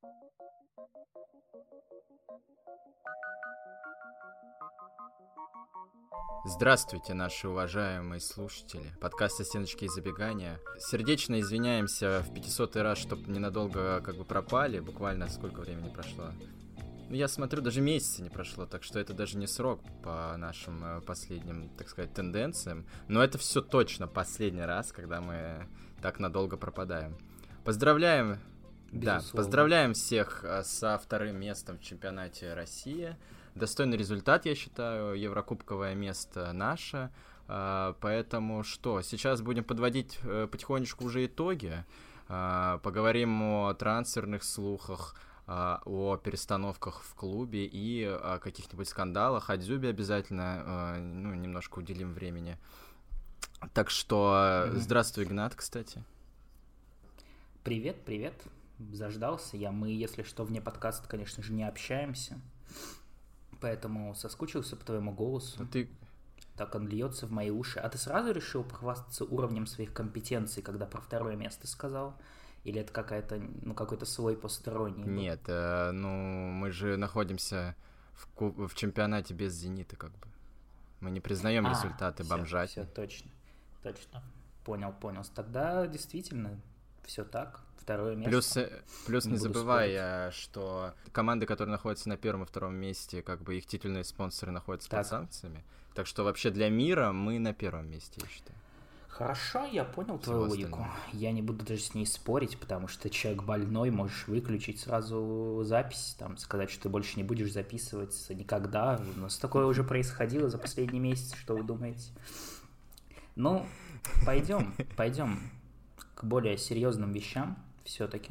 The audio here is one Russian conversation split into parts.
Здравствуйте, наши уважаемые слушатели подкаста «Стеночки и забегания». Сердечно извиняемся в 500-й раз, чтобы ненадолго пропали. Буквально сколько времени прошло? Я смотрю, даже месяца не прошло, так что это даже не срок по нашим последним, так сказать, тенденциям. Но это все точно последний раз, когда мы так надолго пропадаем. Поздравляем! Да, поздравляем всех со вторым местом в чемпионате России. Достойный результат, я считаю, еврокубковое место наше. Поэтому что, сейчас будем подводить потихонечку уже итоги. Поговорим о трансферных слухах, о перестановках в клубе и о каких-нибудь скандалах. О Дзюбе обязательно немножко уделим времени. Так что здравствуй, Игнат, кстати. Привет. Заждался я. Мы, если что, вне подкаста, конечно же, не общаемся. Поэтому соскучился по твоему голосу. Так он льется в мои уши. А ты сразу решил похвастаться уровнем своих компетенций, когда про второе место сказал? Или это какой-то свой посторонний? Нет, мы же находимся в чемпионате без «Зенита», как бы. Мы не признаем результаты бомжатни. Все, точно. Понял. Тогда действительно все так. Второе место. Плюс не забывай, что команды, которые находятся на первом и втором месте, их титульные спонсоры находятся под санкциями. Так что вообще для мира мы на первом месте, я считаю. Хорошо, я понял твою логику. Я не буду даже с ней спорить, потому что человек больной, можешь выключить сразу запись, сказать, что ты больше не будешь записываться никогда. У нас такое уже происходило за последний месяц, что вы думаете? Ну, пойдем к более серьезным вещам все-таки.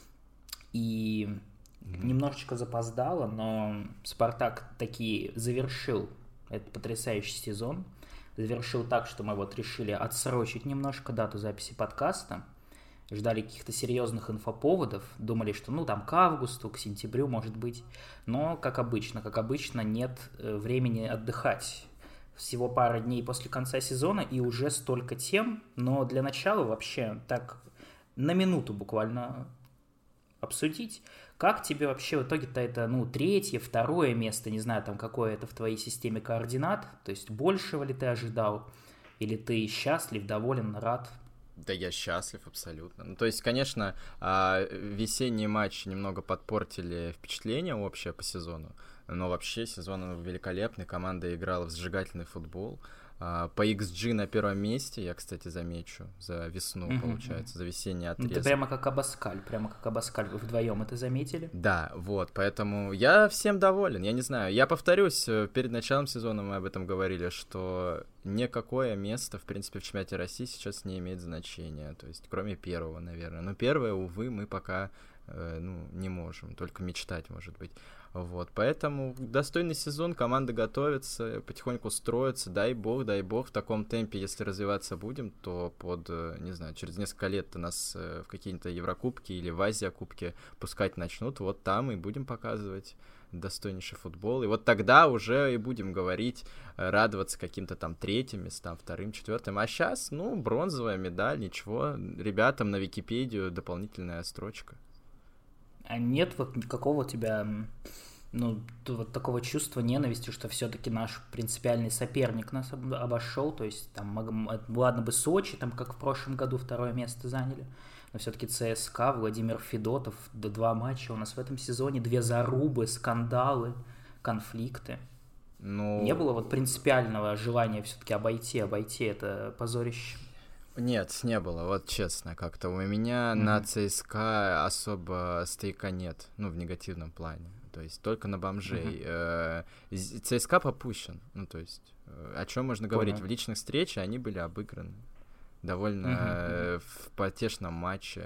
И немножечко запоздало, но Спартак таки завершил этот потрясающий сезон. Завершил так, что мы решили отсрочить немножко дату записи подкаста. Ждали каких-то серьезных инфоповодов. Думали, что к августу, к сентябрю, может быть. Но, как обычно, нет времени отдыхать. Всего пара дней после конца сезона и уже столько тем. Но для начала вообще так на минуту буквально обсудить. Как тебе вообще в итоге-то это, третье, второе место, не знаю, какое это в твоей системе координат, то есть большего ли ты ожидал, или ты счастлив, доволен, рад? Да я счастлив абсолютно. То есть, конечно, весенние матчи немного подпортили впечатление общее по сезону, но вообще сезон великолепный, команда играла в зажигательный футбол. По XG на первом месте, я, кстати, замечу, за весну, получается, за весенний отрезок. Это прямо как Абаскаль, вы вдвоем это заметили? Да, поэтому я всем доволен, я не знаю, я повторюсь, перед началом сезона мы об этом говорили, что никакое место, в принципе, в чемпионате России сейчас не имеет значения, то есть, кроме первого, наверное, но первое, увы, мы пока, не можем, только мечтать, может быть. Поэтому достойный сезон, команда готовится, потихоньку строится, дай бог, в таком темпе, если развиваться будем, то через несколько лет нас в какие-то Еврокубки или в Азия-кубки пускать начнут, там и будем показывать достойнейший футбол, и тогда уже и будем говорить, радоваться каким-то третьим местам, вторым, четвертым, а сейчас, бронзовая медаль, ничего, ребятам на Википедию дополнительная строчка. А нет никакого у тебя, такого чувства ненависти, что все-таки наш принципиальный соперник нас обошел, то есть ладно бы Сочи, как в прошлом году второе место заняли, но все-таки ЦСКА, Владимир Федотов, 2 матча у нас в этом сезоне, 2 зарубы, скандалы, конфликты. Не было принципиального желания все-таки обойти это позорище? Нет, не было, честно, как-то у меня на ЦСКА особо стейка нет, в негативном плане, то есть только на бомжей. ЦСКА попущен, то есть о чем можно говорить, в личных встречах они были обыграны довольно в потешном матче.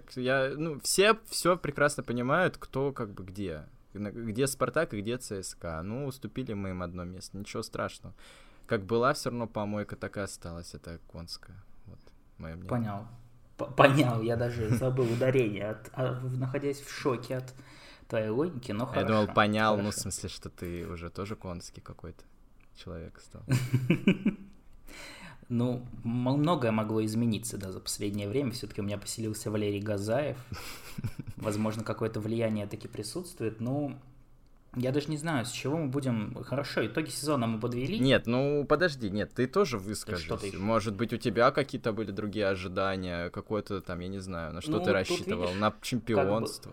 Все прекрасно понимают, кто где Спартак и где ЦСКА, уступили мы им одно место, ничего страшного. Как была все равно помойка, так и осталась, это конская. Мое мнение. Понял, я даже забыл ударение, находясь в шоке от твоей логики, но хорошо. Я думал, понял, в смысле, что ты уже тоже конский какой-то человек стал. Ну, многое могло измениться, да, за последнее время. Все-таки у меня поселился Валерий Газаев. Возможно, какое-то влияние таки присутствует. Ну, я даже не знаю, с чего мы будем... Хорошо, итоги сезона мы подвели. Нет, ну подожди, нет, ты тоже выскажись. Может быть, у тебя какие-то были другие ожидания, какое-то там, я не знаю, на что ты рассчитывал, видишь, на чемпионство?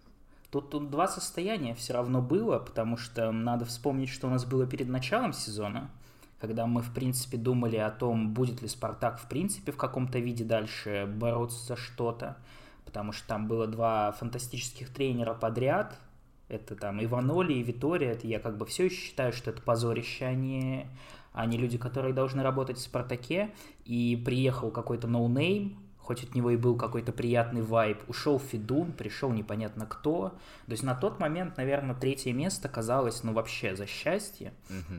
Тут два состояния все равно было, потому что надо вспомнить, что у нас было перед началом сезона, когда мы, в принципе, думали о том, будет ли «Спартак» в принципе в каком-то виде дальше бороться за что-то, потому что там было два фантастических тренера подряд, это там Иваноли и Витория, это я как бы все еще считаю, что это позорище, а не люди, которые должны работать в «Спартаке», и приехал какой-то ноунейм, хоть от него и был какой-то приятный вайб, ушел Федун, пришел непонятно кто. То есть на тот момент, наверное, третье место казалось, ну, вообще за счастье.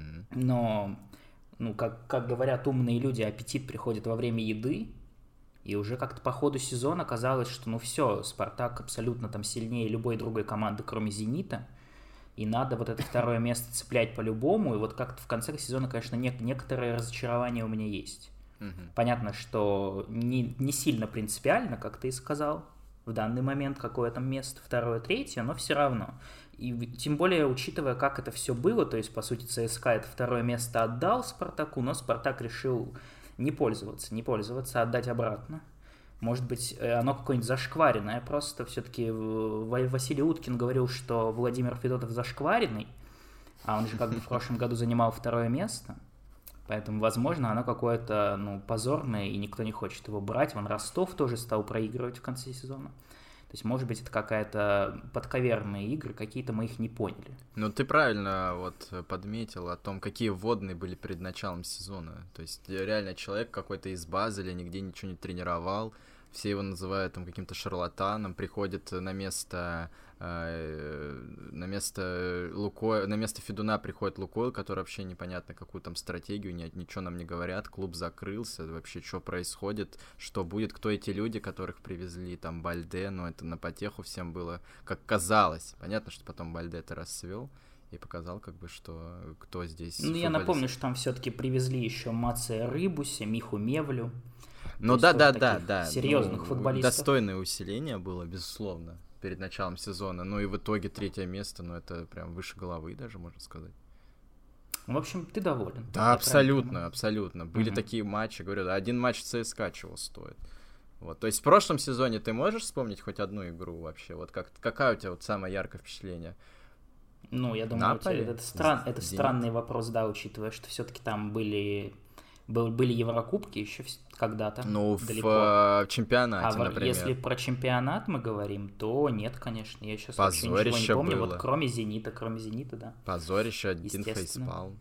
Но, ну, как говорят умные люди, аппетит приходит во время еды. И уже как-то по ходу сезона казалось, что, ну, все, Спартак абсолютно там сильнее любой другой команды, кроме «Зенита». И надо вот это второе место цеплять по-любому. И вот как-то в конце сезона, конечно, некоторое разочарование у меня есть. Понятно, что не сильно принципиально, как ты и сказал, в данный момент какое там место, второе, третье, но все равно. И тем более, учитывая, как это все было, то есть, по сути, ЦСКА это второе место отдал Спартаку, но Спартак решил не пользоваться, отдать обратно. Может быть, оно какое-нибудь зашкваренное, просто все-таки Василий Уткин говорил, что Владимир Федотов зашкваренный, а он же как бы в прошлом году занимал второе место. Поэтому, возможно, оно какое-то, ну, позорное, и никто не хочет его брать. Вон Ростов тоже стал проигрывать в конце сезона. То есть, может быть, это какая-то подковерные игры, какие-то мы их не поняли. Ну, ты правильно вот подметил о том, какие вводные были перед началом сезона. То есть, реально человек какой-то из Базеля нигде ничего не тренировал. Все его называют там каким-то шарлатаном, приходит на место Федуна приходит Лукойл, который вообще непонятно какую там стратегию, ничего нам не говорят, клуб закрылся, вообще что происходит, что будет, кто эти люди, которых привезли, там Бальде, но это на потеху всем было, как казалось. Понятно, что потом Бальде это расцвел и показал, как бы, что кто здесь. Ну, я напомню, что там все-таки привезли еще Мация Рыбуся, Миху Мевлю. Ну да. Серьезных футболистов. Достойное усиление было, безусловно, перед началом сезона. Ну и в итоге третье место, ну это прям выше головы даже, можно сказать. В общем, ты доволен. Да, абсолютно. Были такие матчи, говорю, один матч ЦСКА чего стоит. Вот, то есть в прошлом сезоне ты можешь вспомнить хоть одну игру вообще? Вот какая у тебя вот самое яркое впечатление? Ну, я думаю, это странный вопрос, да, учитывая, что все-таки там были Еврокубки еще когда-то. Ну, далеко. В чемпионате, например. Если про чемпионат мы говорим, то нет, конечно. Я сейчас вообще ничего не помню. Было. Вот кроме «Зенита», да. Позорище, один фейспалм.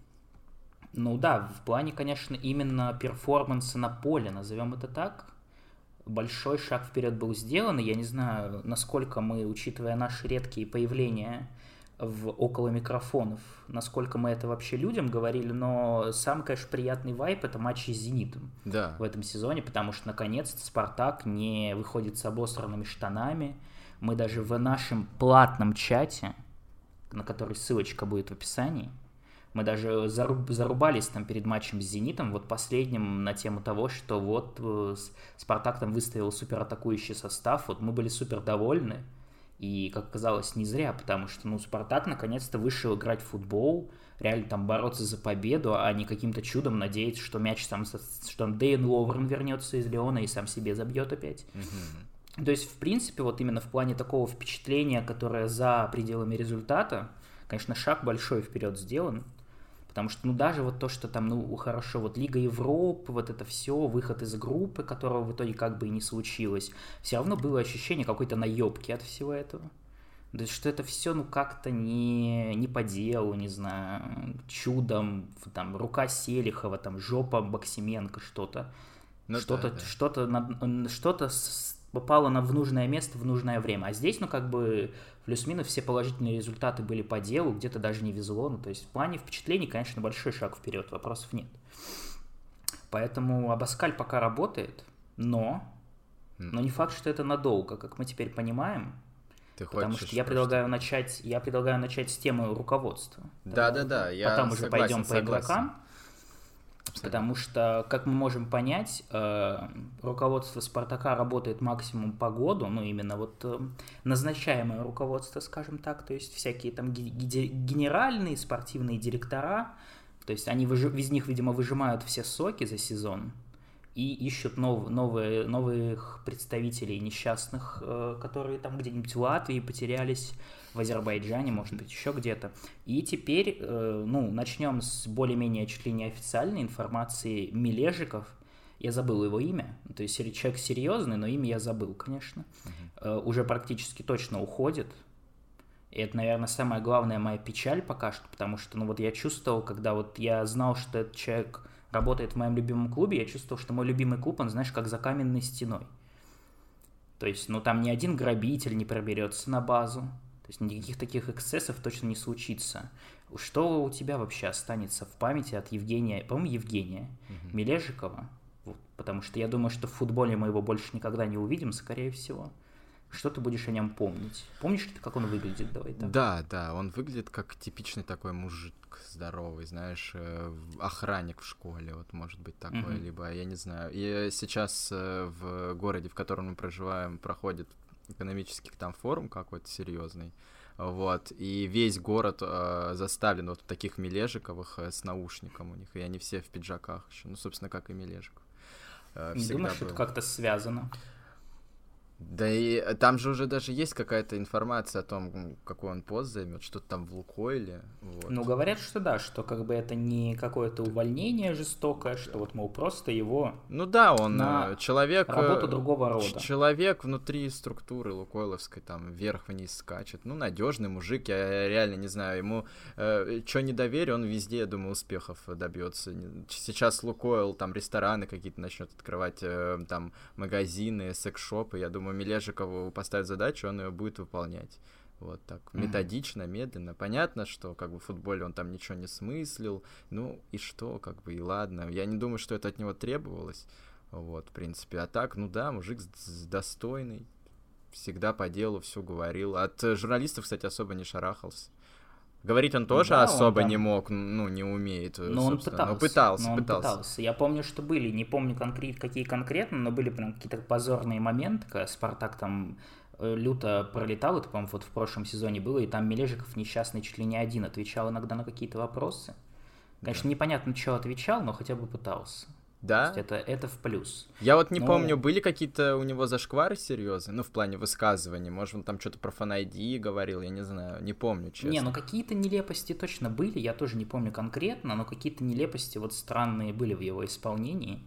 Ну да, в плане, конечно, именно перформанса на поле, назовем это так, большой шаг вперед был сделан. И я не знаю, насколько мы, учитывая наши редкие появления около микрофонов, насколько мы это вообще людям говорили, но самый, конечно, приятный вайп — это матчи с «Зенитом» в этом сезоне, потому что, наконец-то, «Спартак» не выходит с обосранными штанами. Мы даже в нашем платном чате, на который ссылочка будет в описании, мы даже зарубались там перед матчем с «Зенитом», вот последним, на тему того, что вот «Спартак» там выставил суператакующий состав, вот мы были супер довольны. И, как оказалось, не зря, потому что, ну, «Спартак» наконец-то вышел играть в футбол, реально там бороться за победу, а не каким-то чудом надеяться, что мяч там, что Дэйн Ловрен вернется из Лиона и сам себе забьет опять. То есть, в принципе, вот именно в плане такого впечатления, которое за пределами результата, конечно, шаг большой вперед сделан. Потому что, ну, даже вот то, что там, ну, хорошо, вот Лига Европы, вот это все, выход из группы, которого в итоге как бы и не случилось, все равно было ощущение какой-то наебки от всего этого. То есть, что это все, ну, как-то не по делу, не знаю, чудом, там, рука Селихова, там, жопа Максименко, что-то. Ну, что-то попало в нужное место в нужное время. А здесь, ну, как бы, плюс-минус все положительные результаты были по делу, где-то даже не везло. Ну, то есть в плане впечатлений, конечно, большой шаг вперед, вопросов нет. Поэтому Абаскаль пока работает, но не факт, что это надолго, как мы теперь понимаем. Потому что я предлагаю начать с темы руководства. Да, я потом уже пойдем по игрокам. Потому что, как мы можем понять, руководство «Спартака» работает максимум по году, ну, именно вот назначаемое руководство, скажем так, то есть всякие там генеральные спортивные директора, то есть они из них, видимо, выжимают все соки за сезон и ищут новых представителей несчастных, которые там где-нибудь в Латвии потерялись, в Азербайджане, может быть, еще где-то. И теперь, начнем с более-менее чуть ли не официальной информации. Мележиков, я забыл его имя, то есть человек серьезный, но имя я забыл, конечно, уже практически точно уходит. И это, наверное, самая главная моя печаль пока что, потому что, я чувствовал, когда вот я знал, что этот человек работает в моем любимом клубе, я чувствовал, что мой любимый клуб, он, знаешь, как за каменной стеной. То есть, там ни один грабитель не проберется на базу, то есть никаких таких эксцессов точно не случится. Что у тебя вообще останется в памяти от Евгения, по-моему, Евгения Мележикова? Вот, потому что я думаю, что в футболе мы его больше никогда не увидим, скорее всего. Что ты будешь о нем помнить? Помнишь ты, как он выглядит? Давай так. Да, он выглядит как типичный такой мужик здоровый, знаешь, охранник в школе, вот может быть такой, либо, я не знаю. И сейчас в городе, в котором мы проживаем, проходит экономический там форум какой-то серьезный, вот, и весь город заставлен вот таких Мележиковых с наушником у них, и они все в пиджаках еще, собственно, как и Мележиков. Не думаешь, что это как-то связано? Да и там же уже даже есть какая-то информация о том, какой он пост займет, что-то там в Лукойле. Вот. Говорят, что да, что как бы это не какое-то увольнение жестокое, что вот, мол, просто его он человек... работу другого рода. Человек внутри структуры лукойловской, там, вверх-вниз скачет. Надежный мужик, я реально не знаю, ему что не доверь, он везде, я думаю, успехов добьется. Сейчас Лукойл, там, рестораны какие-то начнет открывать, там, магазины, секс-шопы, я думаю, Мележикову поставят задачу, он ее будет выполнять. Вот так, методично, медленно. Понятно, что как бы в футболе он там ничего не смыслил, и что, как бы, и ладно. Я не думаю, что это от него требовалось, вот, в принципе. А так, мужик достойный, всегда по делу все говорил. От журналистов, кстати, особо не шарахался. Говорить он тоже особо не мог, не умеет. Но он пытался. Я помню, что были, не помню какие конкретно, но были прям какие-то позорные моменты, когда Спартак там люто пролетал, это, по-моему, вот в прошлом сезоне было, и там Мележиков несчастный чуть ли не один отвечал иногда на какие-то вопросы. Конечно, непонятно, что отвечал, но хотя бы пытался. Да? То есть это в плюс. Я вот не помню, были какие-то у него зашквары серьезные, в плане высказываний, может, он там что-то про фан-айди говорил, я не знаю, не помню, честно. Какие-то нелепости точно были, я тоже не помню конкретно, но какие-то нелепости вот странные были в его исполнении.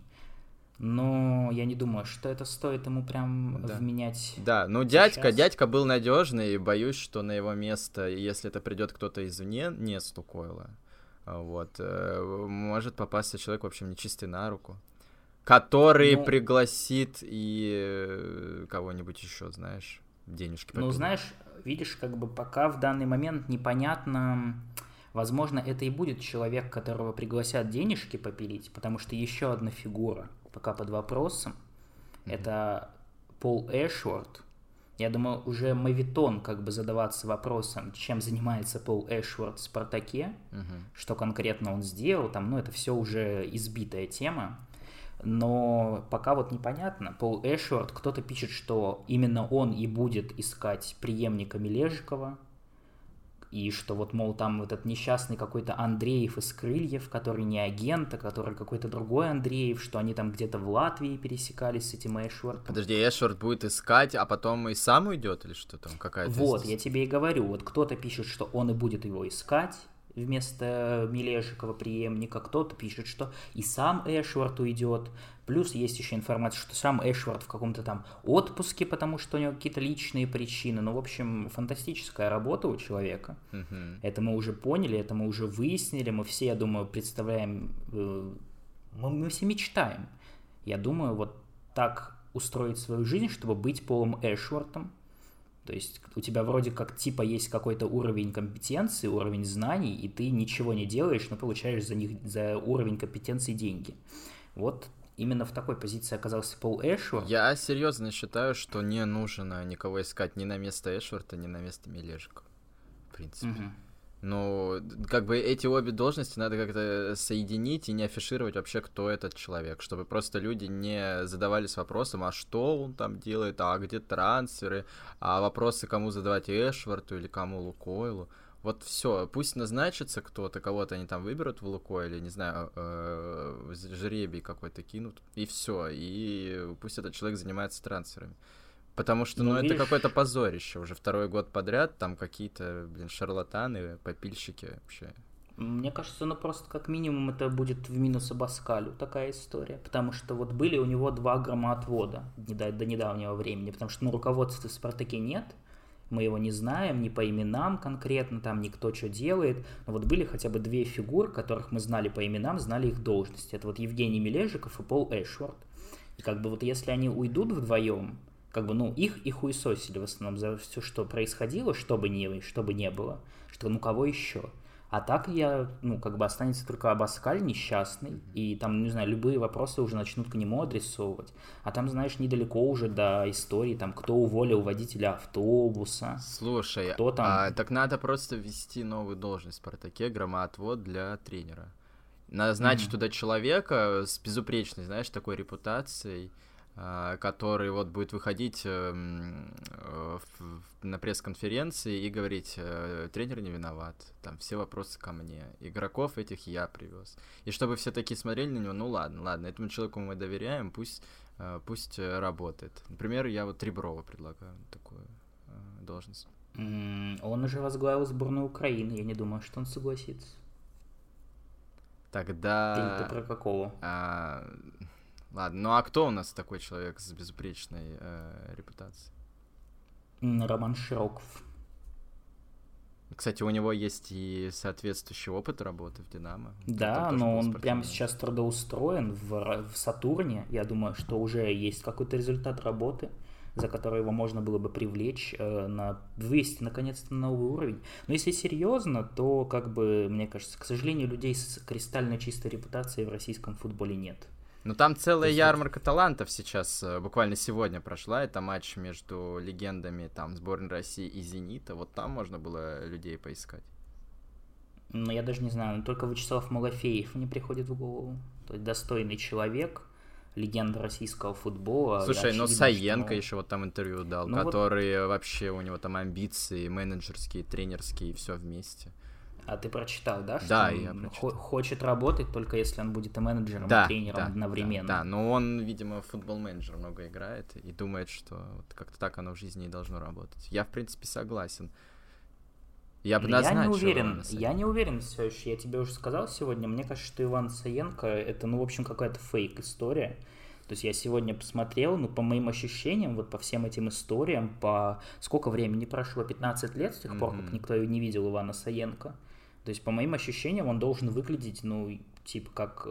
Но я не думаю, что это стоит ему прям вменять. Да, дядька был надежный, и боюсь, что на его место, если это придет кто-то извне, не с Лукойла, вот, может попасться человек, в общем, нечистый на руку, который пригласит и кого-нибудь еще, знаешь, денежки попилить. Знаешь, видишь, как бы пока в данный момент непонятно, возможно, это и будет человек, которого пригласят денежки попилить, потому что еще одна фигура пока под вопросом, это Пол Эшворт. Я думаю, уже моветон как бы задаваться вопросом, чем занимается Пол Эшворт в «Спартаке», что конкретно он сделал, там, это все уже избитая тема, но пока вот непонятно. Пол Эшворт, кто-то пишет, что именно он и будет искать преемника Мележикова, и что вот, мол, там вот этот несчастный какой-то Андреев из «Крыльев», который не агент, а который какой-то другой Андреев, что они там где-то в Латвии пересекались с этим Эшвортом. Подожди, Эшворт будет искать, а потом и сам уйдет, или что там, какая-то... Вот, я тебе и говорю, вот кто-то пишет, что он и будет его искать вместо Мележикова преемника, кто-то пишет, что и сам Эшворт уйдет. Плюс есть еще информация, что сам Эшворт в каком-то там отпуске, потому что у него какие-то личные причины. В общем, фантастическая работа у человека. Это мы уже поняли, это мы уже выяснили. Мы все, я думаю, представляем... Мы все мечтаем. Я думаю, вот так устроить свою жизнь, чтобы быть Полом Эшвортом. То есть у тебя вроде как типа есть какой-то уровень компетенции, уровень знаний, и ты ничего не делаешь, но получаешь за уровень компетенции деньги. Вот именно в такой позиции оказался Пол Эшворт. Я серьезно считаю, что не нужно никого искать ни на место Эшворта, ни на место Мележикова. В принципе. Ну, как бы эти обе должности надо как-то соединить и не афишировать вообще, кто этот человек, чтобы просто люди не задавались вопросом, а что он там делает, а где трансферы, а вопросы, кому задавать Эшварту или кому Лукойлу. Вот все, пусть назначится кто-то, кого-то они там выберут в Лукойле, не знаю, жребий какой-то кинут, и все, и пусть этот человек занимается трансферами. Потому что, ну, это какое-то позорище. Уже второй год подряд там какие-то, шарлатаны, попильщики вообще. Мне кажется, ну, просто как минимум это будет в минус Абаскалю такая история. Потому что вот были у него 2 громоотвода до недавнего времени. Потому что, ну, руководства в «Спартаке» нет. Мы его не знаем, ни по именам конкретно, там никто что делает. Но вот были хотя бы 2 фигуры, которых мы знали по именам, знали их должности. Это вот Евгений Мележиков и Пол Эшвард. И как бы вот если они уйдут вдвоем, как бы, ну, их и хуесосили в основном за все, что происходило, что бы не было, что, ну, кого еще. А так как бы останется только Абаскаль несчастный, и там, не знаю, любые вопросы уже начнут к нему адресовывать. А там, знаешь, недалеко уже до истории, там, кто уволил водителя автобуса. Слушай, кто там... так надо просто ввести новую должность в «Спартаке», громоотвод для тренера. Назначить туда человека с безупречной, знаешь, такой репутацией, который вот будет выходить на пресс-конференции и говорить: тренер не виноват, там все вопросы ко мне, игроков этих я привез. И чтобы все такие смотрели на него: ну ладно, этому человеку мы доверяем, пусть работает. Например, я вот Реброва предлагаю такую должность. Он уже возглавил сборную Украины, я не думаю, что он согласится. Тогда... Ты про какого? Ладно, ну а кто у нас такой человек с безупречной репутацией? Роман Широков. Кстати, у него есть и соответствующий опыт работы в «Динамо». Да, но он прямо сейчас трудоустроен в «Сатурне». Я думаю, что уже есть какой-то результат работы, за который его можно было бы привлечь, вывести наконец-то на новый уровень. Но если серьезно, то, как бы, мне кажется, к сожалению, людей с кристально чистой репутацией в российском футболе нет. Ну, там целая ярмарка талантов сейчас, буквально сегодня прошла. Это матч между легендами там сборной России и «Зенита». Вот там можно было людей поискать. Ну, я даже не знаю, но только Вячеслав Малафеев мне приходит в голову. То есть достойный человек, легенда российского футбола. Слушай, ну Саенко еще вот там интервью дал, ну, который вообще, у него там амбиции менеджерские, тренерские, все вместе. А ты прочитал, да? Что да, он я прочитал. Хочет работать только если он будет и менеджером, и тренером одновременно. Да, но он, видимо, футбол-менеджер много играет и думает, что вот как-то так оно в жизни и должно работать. Я, в принципе, согласен. Я бы назначил. Я не уверен все еще. Я тебе уже сказал сегодня. Мне кажется, что Иван Саенко — это, ну, в общем, какая-то фейк-история. То есть я сегодня посмотрел, ну, по моим ощущениям, вот по всем этим историям, по... Сколько времени прошло? 15 лет с тех пор, как никто не видел Ивана Саенко. То есть, по моим ощущениям, он должен выглядеть, ну, типа, как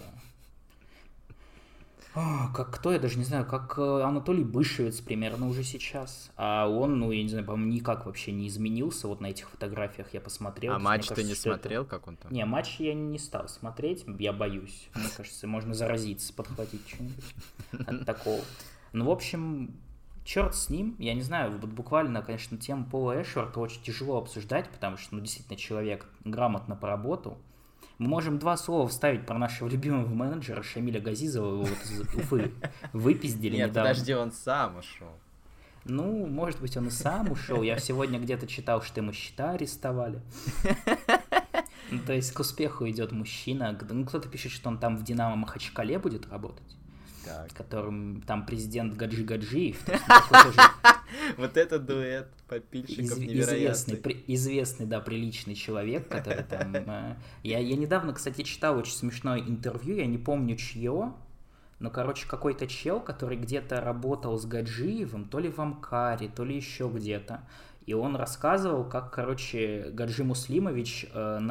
кто, я даже не знаю, как Анатолий Бышевец примерно уже сейчас. А он, ну, я не знаю, по-моему, никак вообще не изменился. Вот на этих фотографиях я посмотрел. А матч ты не смотрел, как он там? Не, матч я не стал смотреть, я боюсь. Мне кажется, можно заразиться, подхватить что-нибудь от такого. Ну, в общем... Черт с ним, я не знаю, вот буквально, конечно, тему Пола Эшварта очень тяжело обсуждать, потому что, ну, действительно, человек грамотно поработал. Мы можем 2 слова вставить про нашего любимого менеджера Шамиля Газизова, его вот из Уфы выпиздили недавно. Нет, подожди, он сам ушел. Ну, может быть, он и сам ушел. Я сегодня где-то читал, что ему счета арестовали. Ну, то есть к успеху идет мужчина. Ну, кто-то пишет, что он там в «Динамо» Махачкале будет работать. Которым там президент Гаджи-Гаджиев. Вот этот дуэт попильщиков невероятный. Известный, да, приличный человек, который там... Я недавно, кстати, читал очень смешное интервью, я не помню чье, но, короче, какой-то чел, который где-то работал с Гаджиевым, то ли в Амкаре, то ли еще где-то. И он рассказывал, как, короче, Гаджи Муслимович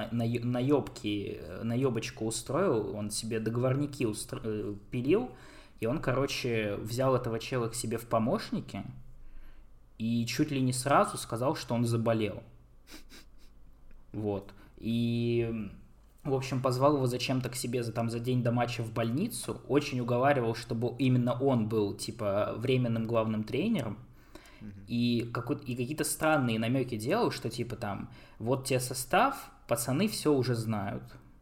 наебочку устроил, он себе договорники пилил, и он, короче, взял этого чела к себе в помощники и чуть ли не сразу сказал, что он заболел. Вот. И, в общем, позвал его зачем-то к себе за день до матча в больницу, очень уговаривал, чтобы именно он был, типа, временным главным тренером. и какие-то странные намеки делал, что типа там, вот тебе состав, пацаны все уже знают.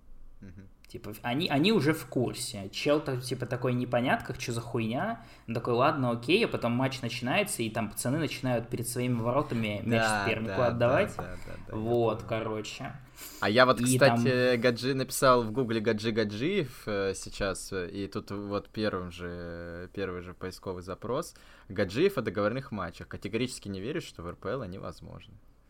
Типа, они уже в курсе. Чел-то, типа, такой непонятка, что за хуйня. Он такой, ладно, окей, а потом матч начинается, и там пацаны начинают перед своими воротами мяч сопернику отдавать. Вот, короче. А я вот, кстати, там... Гаджи написал в гугле Гаджиев сейчас, и тут вот первый же поисковый запрос. Гаджиев о договорных матчах. Категорически не верю, что в РПЛ они возможны.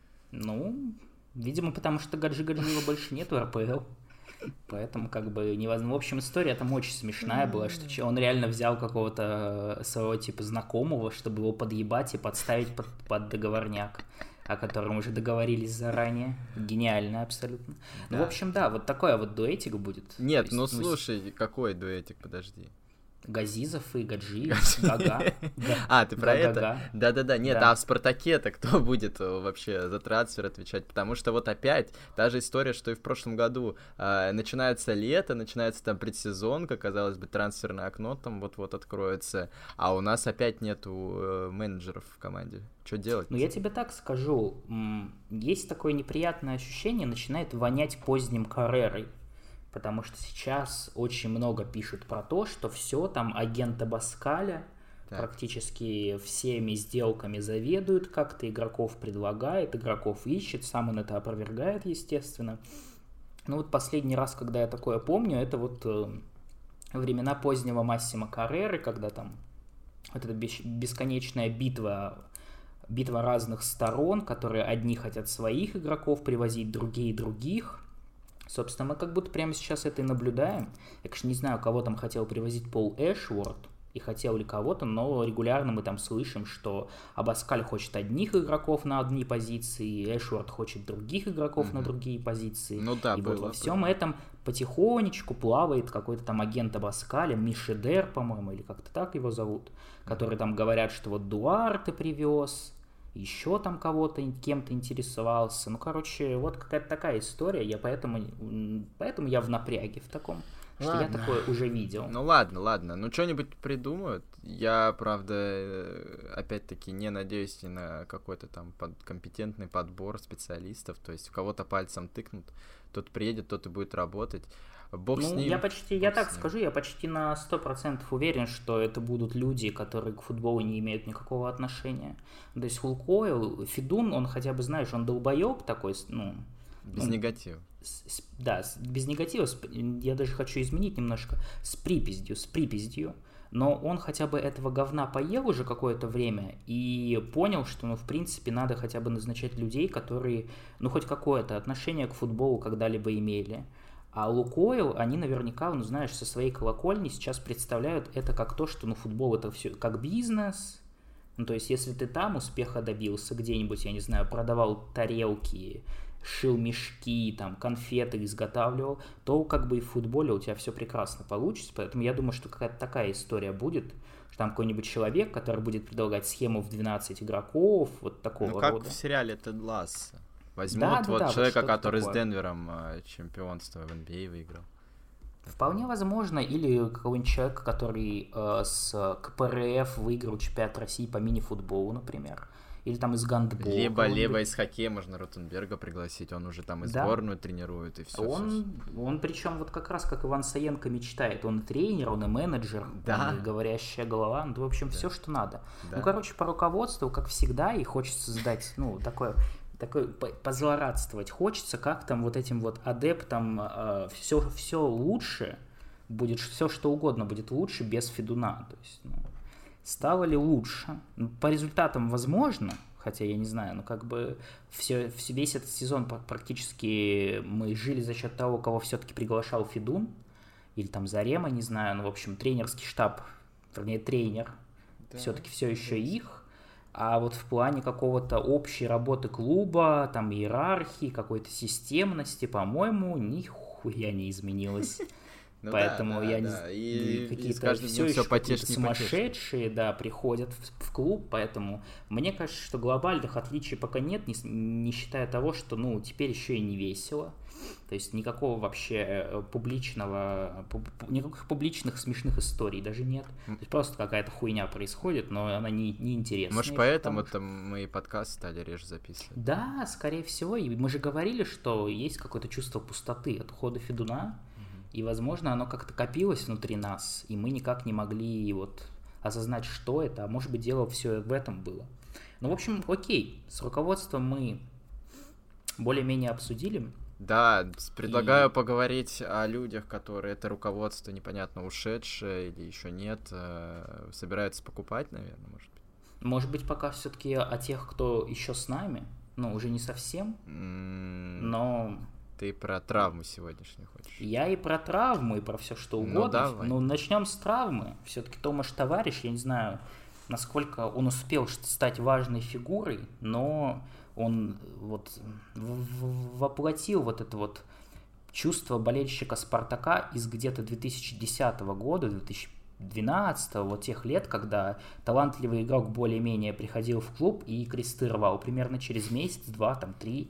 Ну, видимо, потому что Гаджиева больше нет в РПЛ. Поэтому как бы невозможно. В общем, история там очень смешная была, что он реально взял какого-то своего типа знакомого, чтобы его подъебать и подставить под договорняк, о котором уже договорились заранее. Гениально абсолютно. Да. Ну, в общем, да, вот такой вот дуэтик будет. Нет, есть, слушай, какой дуэтик, подожди. Газизов и Гаджиев, Гага. А, ты про это? Да-да-да, нет, а в «Спартаке»-то кто будет вообще за трансфер отвечать? Потому что вот опять та же история, что и в прошлом году. Начинается лето, начинается там предсезонка, казалось бы, трансферное окно там вот-вот откроется, а у нас опять нету менеджеров в команде. Что делать? Ну, я тебе так скажу, есть такое неприятное ощущение, начинает вонять поздним Каррерой. Потому что сейчас очень много пишут про то, что все там агент Абаскаля практически всеми сделками заведует, как-то игроков предлагает, игроков ищет, сам он это опровергает, естественно. Ну вот последний раз, когда я такое помню, это вот времена позднего Массимо Карреры, когда там вот эта бесконечная битва разных сторон, которые одни хотят своих игроков привозить, другие других. Собственно, мы как будто прямо сейчас это и наблюдаем. Я, конечно, не знаю, кого там хотел привозить Пол Эшворт, и хотел ли кого-то, но регулярно мы там слышим, что Абаскаль хочет одних игроков на одни позиции, Эшворт хочет других игроков на другие позиции. Ну да, и вот во всем этом потихонечку плавает какой-то там агент Абаскаля, Мишедер, по-моему, или как-то так его зовут, которые там говорят, что вот Дуарте привез, еще там кого-то, кем-то интересовался. Ну, короче, вот какая-то такая история, поэтому я в напряге в таком, что я такое уже видел. Ну, ладно, ну, что-нибудь придумают. Я, правда, опять-таки не надеюсь ни на какой-то там компетентный подбор специалистов, то есть кого-то пальцем тыкнут, тот приедет, тот и будет работать. Бог с ним. Я почти на 100% уверен, что это будут люди, которые к футболу не имеют никакого отношения. То есть Лукойл, Федун, он хотя бы, знаешь, он долбоеб такой, без негатива. Да, без негатива, я даже хочу изменить немножко, с припиздью, но он хотя бы этого говна поел уже какое-то время и понял, что, в принципе, надо хотя бы назначать людей, которые, хоть какое-то отношение к футболу когда-либо имели. А Лукойл, они наверняка, знаешь, со своей колокольни сейчас представляют это как то, что, футбол это все как бизнес. То есть, если ты там успеха добился где-нибудь, я не знаю, продавал тарелки, шил мешки, там, конфеты изготавливал, то как бы и в футболе у тебя все прекрасно получится. Поэтому я думаю, что какая-то такая история будет, что там какой-нибудь человек, который будет предлагать схему в 12 игроков, вот такого рода. Как в сериале «Тед Лассо». Возьмут человека, который с Денвером чемпионство в NBA выиграл. Вполне возможно. Или какой-нибудь человек, который с КПРФ выиграл чемпионат России по мини-футболу, например. Или там из гандбола. Либо из хоккея можно Ротенберга пригласить, он уже там и сборную тренирует, и все. Он причем вот как раз как Иван Саенко мечтает. Он и тренер, он и менеджер, он и говорящая голова. В общем, все, что надо. Да. По руководству, как всегда, и хочется сдать, такое позлорадствовать. Хочется, как там вот этим вот адептам все лучше будет, все что угодно будет лучше без Федуна. То есть, стало ли лучше? По результатам возможно, хотя я не знаю, весь этот сезон практически мы жили за счет того, кого все-таки приглашал Федун, или там Зарема, не знаю, в общем, тренерский штаб, вернее, тренер, все-таки все еще их. А вот в плане какого-то общей работы клуба, там, иерархии, какой-то системности, по-моему, нихуя не изменилось. Ну Поэтому да, я да. не... И с какие-то каждым все днем все еще какие-то потешнее и потешнее. сумасшедшие, да, приходят в клуб, поэтому мне кажется, что глобальных отличий пока нет, не считая того, что, ну, теперь еще и не весело. То есть никакого вообще никаких публичных смешных историй даже нет. То есть просто какая-то хуйня происходит, но она не интересная. Может, поэтому-то мы подкаст стали реже записывать? Да, скорее всего. И мы же говорили, что есть какое-то чувство пустоты от ухода Федуна, и, возможно, оно как-то копилось внутри нас, и мы никак не могли вот осознать, что это, а может быть, дело все в этом было. Ну, в общем, окей, с руководством мы более-менее обсудили. Да, предлагаю поговорить о людях, которые это руководство непонятно ушедшее или еще нет, собираются покупать, наверное, может быть. Может быть, пока все-таки о тех, кто еще с нами, ну, уже не совсем, но... Ты про травму сегодняшнюю хочешь? Я и про травму, и про все что угодно. Ну, начнем с травмы. Все-таки Томаш Тавариш, я не знаю, насколько он успел стать важной фигурой, но он вот воплотил вот это вот чувство болельщика Спартака из где-то 2010 года, 2012, вот тех лет, когда талантливый игрок более-менее приходил в клуб и кресты рвал примерно через месяц, 2, там, 3.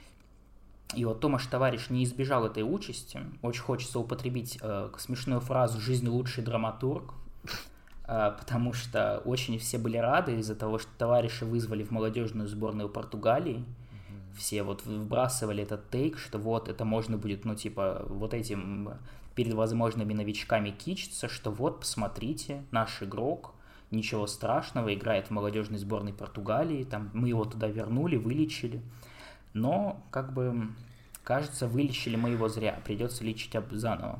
И вот Томаш Тавариш не избежал этой участи. Очень хочется употребить смешную фразу «жизнь лучший драматург», потому что очень все были рады из-за того, что Тавариша вызвали в молодежную сборную Португалии. Все вот вбрасывали этот тейк, что вот это можно будет, ну типа, вот этим перед возможными новичками кичиться, что вот, посмотрите, наш игрок, ничего страшного, играет в молодежной сборной Португалии, там мы его туда вернули, вылечили. Но, как бы, кажется, вылечили мы его зря. Придется лечить заново.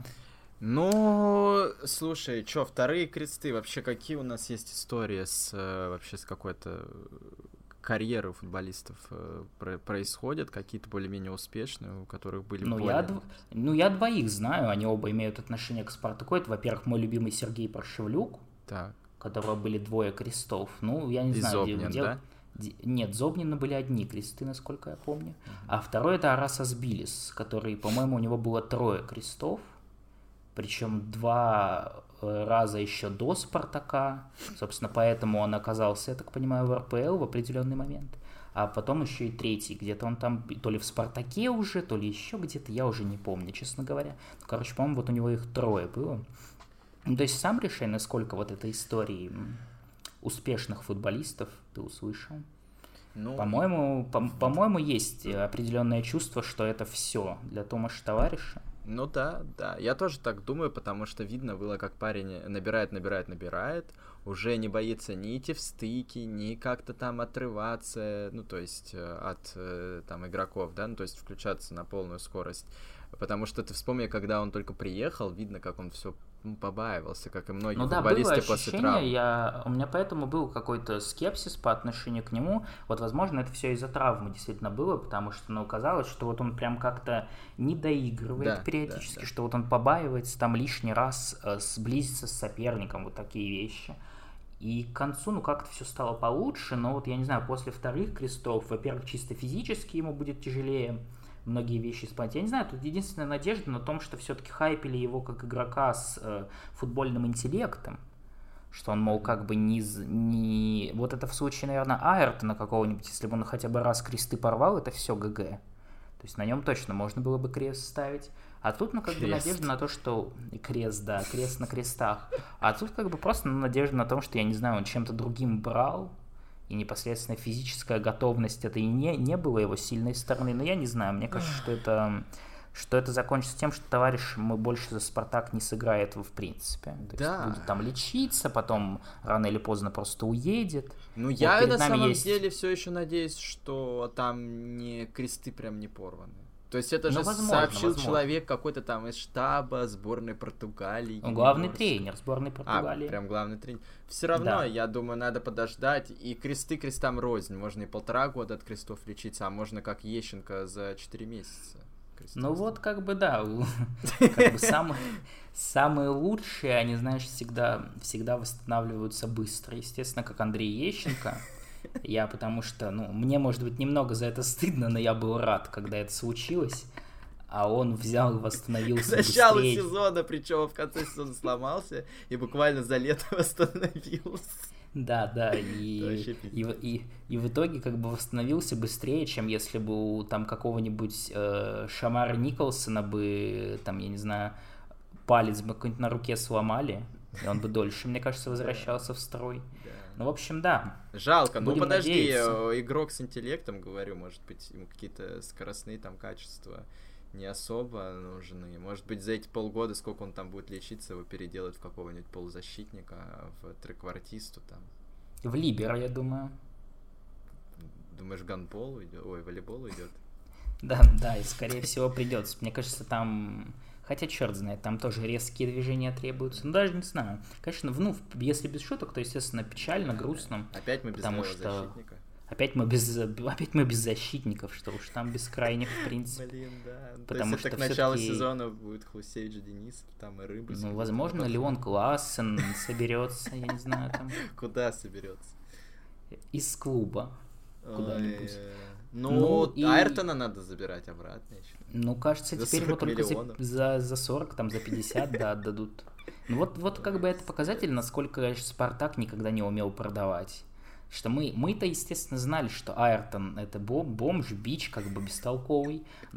Ну, слушай, что, вторые кресты, вообще какие у нас есть истории вообще с какой-то карьеры у футболистов происходят? Какие-то более-менее успешные, у которых были я двоих знаю, они оба имеют отношение к Спартаку. Это, во-первых, мой любимый Сергей Паршевлюк, у которого были 2 крестов. Ну, я не знаю, Зобнин, да? Нет, Зобнина были одни кресты, насколько я помню. А второй это Арас Асбилис, который, по-моему, у него было 3 крестов. Причем 2 раза еще до Спартака. Собственно, поэтому он оказался, я так понимаю, в РПЛ в определенный момент. А потом еще и 3, где-то он там то ли в Спартаке уже, то ли еще где-то, я уже не помню, честно говоря. Короче, по-моему, вот у него их 3 было. Ну, то есть сам решай, насколько вот этой истории успешных футболистов ты услышал. Ну, по-моему, есть определенное чувство, что это все для Томаша Тавариша. Ну да. Я тоже так думаю, потому что видно было, как парень набирает, уже не боится ни идти в стыки, ни как-то там отрываться, ну, то есть от там игроков, да, ну, то есть включаться на полную скорость. Потому что ты вспомни, когда он только приехал, видно, как он все побаивался, как и многие футболисты после травмы. У меня поэтому был какой-то скепсис по отношению к нему. Вот, возможно, это все из-за травмы действительно было, потому что, казалось, что вот он прям как-то не доигрывает периодически, что вот он побаивается там лишний раз сблизиться с соперником, вот такие вещи. И к концу, как-то все стало получше, но вот, я не знаю, после 2 крестов, во-первых, чисто физически ему будет тяжелее многие вещи исполнять. Я не знаю, тут единственная надежда на том, что все-таки хайпили его как игрока с футбольным интеллектом, что он, мол, как бы не... Вот это в случае, наверное, Айртона какого-нибудь, если бы он хотя бы раз кресты порвал, это все ГГ. То есть на нем точно можно было бы крест ставить. А тут, как бы надежда на то, что... Крест, да, крест на крестах. А тут как бы просто надежда на том, что, я не знаю, он чем-то другим брал, и непосредственно физическая готовность это и не было его сильной стороны. Но я не знаю, мне кажется, что это закончится тем, что товарищ больше за Спартак не сыграет в принципе. То есть будет там лечиться, потом рано или поздно просто уедет. Ну, вот я на самом деле все еще надеюсь, что там кресты прям не порваны. То есть это же сообщил человек какой-то там из штаба сборной Португалии. Главный тренер сборной Португалии. Прям главный тренер. Все равно, я думаю, надо подождать. И кресты крестам рознь. Можно и 1,5 года от крестов лечиться, а можно как Ещенко за 4 месяца. Ну вот, как бы, да. Самые лучшие, они, знаешь, всегда восстанавливаются быстро. Естественно, как Андрей Ещенко. Потому что, мне, может быть, немного за это стыдно, но я был рад, когда это случилось. а он взял и восстановился К началу быстрее. сезона, причем в конце сезона сломался и буквально за лето восстановился. Да, и в итоге как бы восстановился быстрее, чем если бы у там какого-нибудь Шамара Николсона бы, там, я не знаю, палец бы какой-нибудь на руке сломали, и он бы дольше, мне кажется, возвращался в строй. Ну, в общем, да. Жалко, ну подожди, надеяться. Игрок с интеллектом, говорю, может быть, ему какие-то скоростные там качества не особо нужны. Может быть, за эти полгода, сколько он там будет лечиться, его переделают в какого-нибудь полузащитника, в треквартисту там. В либера, я думаю. Думаешь, гандбол идет? Ой, волейбол идет? Да, и скорее всего придется. Мне кажется, там... Хотя, черт знает, там тоже резкие движения требуются. Ну, даже не знаю. Конечно, если без шуток, то, естественно, печально, грустно. Опять мы без защитника. Опять мы без защитников, что уж там без крайних, в принципе. Блин, да. Потому что к началу сезона будет Хусейдж Денисов, там и Рыба. Ну, возможно, Леон Классен соберется, я не знаю, там. Куда соберется? Из клуба. Куда-нибудь. Ну, Айртона надо забирать обратно еще. Ну, кажется, теперь его только за 40, там, за 50, да, отдадут. Ну, вот как бы это показатель, насколько Спартак никогда не умел продавать. Что мы-то, естественно, знали, что Айртон — это бомж, бич, как бы бестолковый,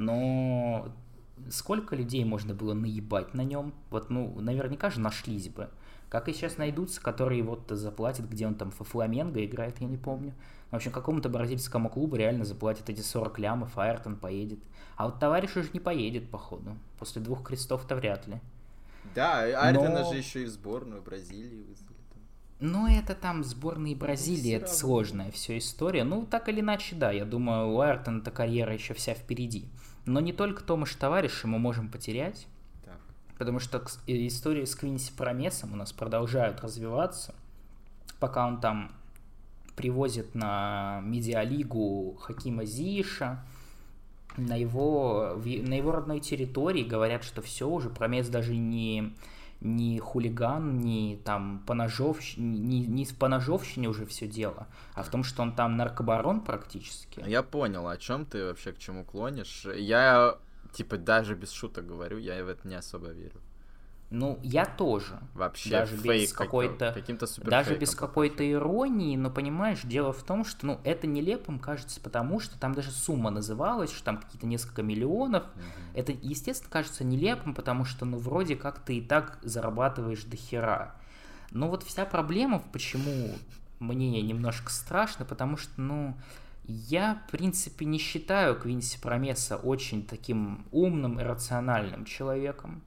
но сколько людей можно было наебать на нем? Вот, ну, наверняка же нашлись бы. Как и сейчас найдутся, которые вот заплатят, где он там во Фламенго играет, я не помню. В общем, какому-то бразильскому клубу реально заплатят эти 40 лямов, а Айртон поедет. А вот товарищ уже не поедет, походу. После 2 крестов-то вряд ли. Да, Айртона же еще и в сборную Бразилии вызвали. Ну, это там сборные Бразилии, это сложная все история. Ну, так или иначе, да, я думаю, у Айртона-то карьера еще вся впереди. Но не только Томаш товарища мы можем потерять, так. Потому что истории с Квинси Промесом у нас продолжают развиваться, пока он там привозит на медиалигу Хакима Зиеша, на его родной территории говорят, что все уже, Промес даже не хулиган, не там не в поножовщине уже все дело, а в том, что он там наркобарон практически. Я понял, о чем ты вообще, к чему клонишь. Я, типа, даже без шуток говорю, я в это не особо верю. Ну, я тоже. Вообще даже фейк без какой-то, каким-то суперфейком. Даже без какой-то иронии, но, понимаешь, дело в том, что, ну, это нелепым кажется, потому что там даже сумма называлась, что там какие-то несколько миллионов. Это, естественно, кажется нелепым, потому что, ну, вроде как ты и так зарабатываешь до хера. Но вот вся проблема, почему мне немножко страшно, потому что, ну, я, в принципе, не считаю Квинси Промеса очень таким умным и рациональным человеком.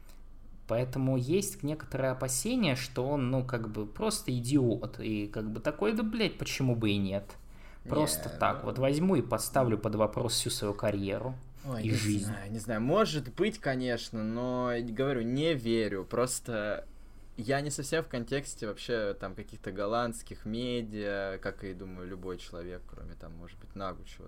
Поэтому есть некоторое опасение, что он, ну, как бы, просто идиот. И, как бы, такой, да, блядь, почему бы и нет. Просто так. Вот возьму и поставлю под вопрос всю свою карьеру и жизнь. Не знаю, может быть, конечно, но, говорю, не верю. Просто я не совсем в контексте вообще там каких-то голландских медиа, как и, думаю, любой человек, кроме там, может быть, Нагучева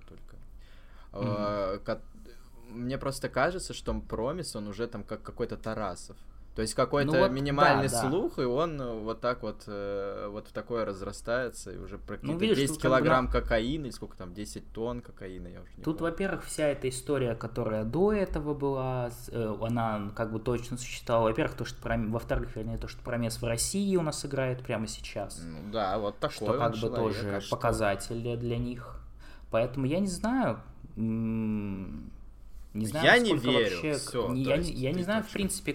только. Мне просто кажется, что Промис, он уже там как какой-то Тарасов. То есть какой-то вот минимальный слух, и он вот так вот в такое разрастается, и уже про какие-то 10 килограмм кокаина, или сколько там, 10 тонн кокаина, я уже не помню. Тут, во-первых, вся эта история, которая до этого была, она как бы точно существовала. Во-первых, во-вторых, вернее, то, что Промес в России у нас играет прямо сейчас. Ну да, вот такой что как бы тоже показатель для них. Поэтому я не знаю... Не знаю, я не верю. Вообще, Всё, я не знаю, в принципе,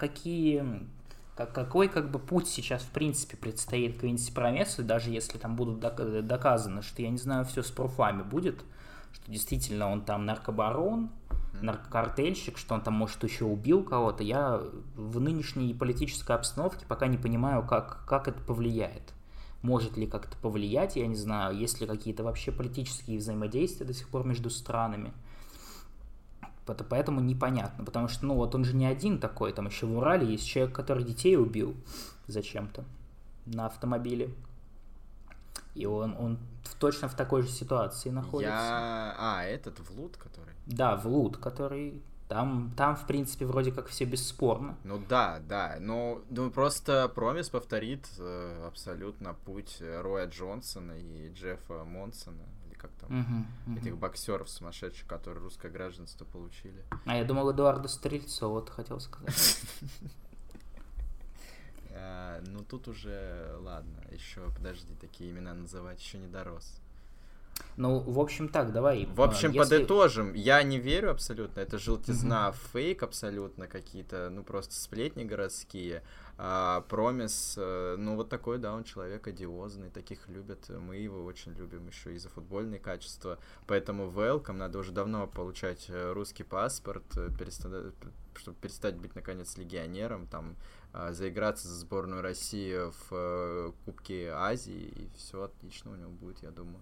какой как бы путь сейчас, в принципе, предстоит Квинси Промесу, даже если там будут доказано, что, я не знаю, все с пруфами будет, что действительно он там наркобарон, наркокартельщик, что он там, может, еще убил кого-то. Я в нынешней политической обстановке пока не понимаю, как это повлияет. Может ли как-то повлиять, я не знаю, есть ли какие-то вообще политические взаимодействия до сих пор между странами. Поэтому непонятно, потому что, ну, вот он же не один такой, там еще в Урале есть человек, который детей убил зачем-то на автомобиле, и он точно в такой же ситуации находится. Этот Влуд, который? Да, Влуд, который... Там, в принципе, вроде как все бесспорно. Ну да, но просто Промис повторит абсолютно путь Роя Джонсона и Джеффа Монсона. как там, этих боксеров сумасшедших, которые русское гражданство получили. А я думал, Эдуарда Стрельцова, ты хотел сказать. Ну тут уже, ладно, еще, подожди, такие имена называть, еще не дорос. Ну, в общем, так, давай. В общем, подытожим. Я не верю абсолютно. Это желтизна, фейк абсолютно какие-то, ну, просто сплетни городские. Промис, ну, вот такой, да, он человек одиозный, таких любят. Мы его очень любим еще и за футбольные качества. Поэтому welcome, надо уже давно получать русский паспорт, чтобы перестать быть, наконец, легионером, там, заиграться за сборную России в Кубке Азии, и все отлично у него будет, я думаю.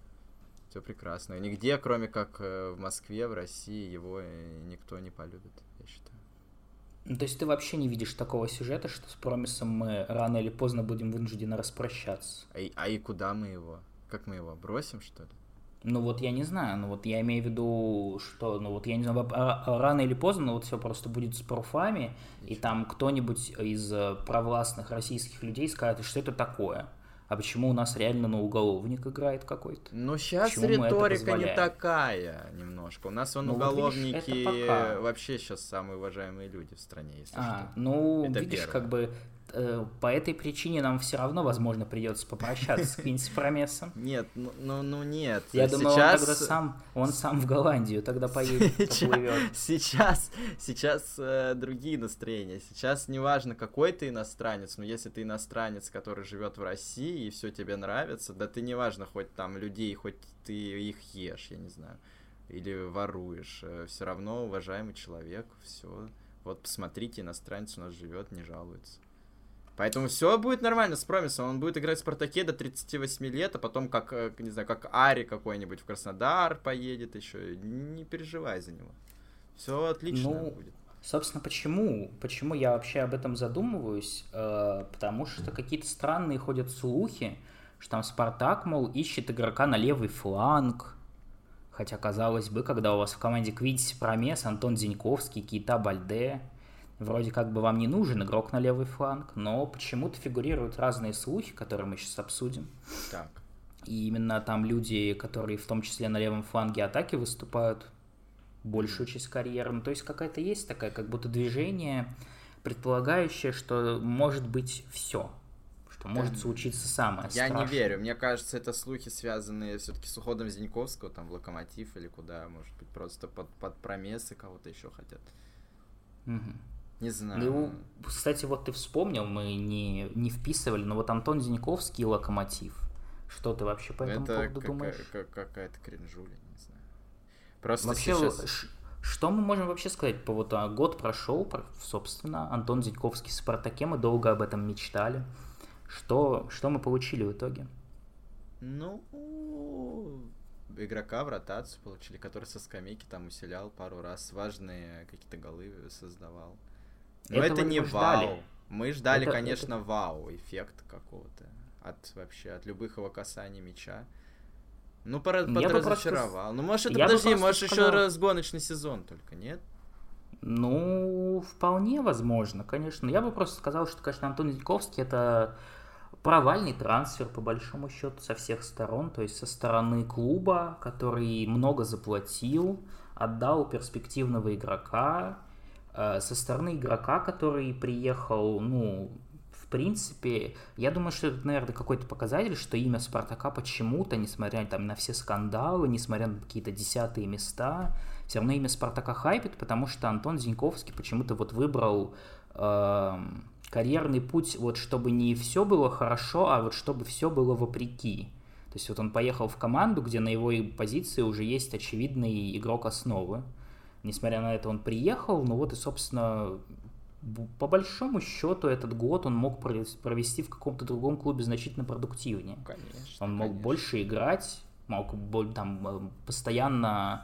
Все прекрасно. И нигде, кроме как в Москве, в России, его никто не полюбит, я считаю. Ну, то есть ты вообще не видишь такого сюжета, что с Промисом мы рано или поздно будем вынуждены распрощаться? А и куда мы его? Как мы его бросим, что ли? Ну вот я не знаю, ну вот я имею в виду, что, ну вот я не знаю, рано или поздно, но вот все просто будет с профами, и там кто-нибудь из провластных российских людей скажет, что это такое. А почему у нас реально на уголовник играет какой-то? Ну, сейчас риторика не такая немножко. У нас уголовники вот, видишь, вообще сейчас самые уважаемые люди в стране, если что. Ну, это видишь, первое. Как бы по этой причине нам все равно, возможно, придется попрощаться с Квинси Промесом. Нет, ну нет. Я думаю, он сам в Голландию тогда поедет, поплывет. Сейчас другие настроения. Сейчас неважно, какой ты иностранец, но если ты иностранец, который живет в России, и все тебе нравится, да ты неважно, хоть там людей, хоть ты их ешь, я не знаю, или воруешь, все равно уважаемый человек, все. Вот посмотрите, иностранец у нас живет, не жалуется. Поэтому все будет нормально с Промисом. Он будет играть в Спартаке до 38 лет, а потом, как, не знаю, как Ари какой-нибудь в Краснодар поедет еще. Не переживай за него. Все отлично будет. Собственно, почему я вообще об этом задумываюсь? Потому что какие-то странные ходят слухи, что там Спартак, мол, ищет игрока на левый фланг. Хотя, казалось бы, когда у вас в команде Квинси Промес, Антон Зиньковский, Кейта Бальде, вроде как бы вам не нужен игрок на левый фланг, но почему-то фигурируют разные слухи, которые мы сейчас обсудим. Так. И именно там люди, которые в том числе на левом фланге атаки выступают большую часть карьеры. Ну, то есть какая-то есть такая как будто движение, предполагающее, что может быть все. Что может случиться самое страшное. Я не верю. Мне кажется, это слухи, связанные все-таки с уходом Зиньковского, там, в Локомотив или куда, может быть, просто под Промесы кого-то еще хотят. Не знаю. Ну, кстати, вот ты вспомнил, мы не вписывали, но вот Антон Зиньковский и Локомотив. Что ты вообще по этому поводу думаешь? Это какая-то кринжуля, не знаю. Просто вообще, сейчас... Что мы можем вообще сказать? Вот год прошел, собственно, Антон Зиньковский в Спартаке, мы долго об этом мечтали. Что мы получили в итоге? Ну, игрока в ротацию получили, который со скамейки там усилял пару раз, важные какие-то голы создавал. Но это не вау. Мы ждали, конечно, вау-эффект какого-то от любых его касаний мяча. Ну, подразочаровал. Ну, может, это, подожди, может, еще разгоночный сезон только, нет? Ну, вполне возможно, конечно. Я бы просто сказал, что, конечно, Антон Зиньковский — это провальный трансфер, по большому счету, со всех сторон. То есть со стороны клуба, который много заплатил, отдал перспективного игрока. Со стороны игрока, который приехал, ну, в принципе, я думаю, что это, наверное, какой-то показатель, что имя Спартака почему-то, несмотря там на все скандалы, несмотря на какие-то 10-е места, все равно имя Спартака хайпит, потому что Антон Зиньковский почему-то вот выбрал карьерный путь, вот чтобы не все было хорошо, а вот чтобы все было вопреки. То есть вот он поехал в команду, где на его позиции уже есть очевидный игрок основы. Несмотря на это, он приехал, ну вот и, собственно, по большому счету этот год он мог провести в каком-то другом клубе значительно продуктивнее. Конечно, он мог больше играть, мог там постоянно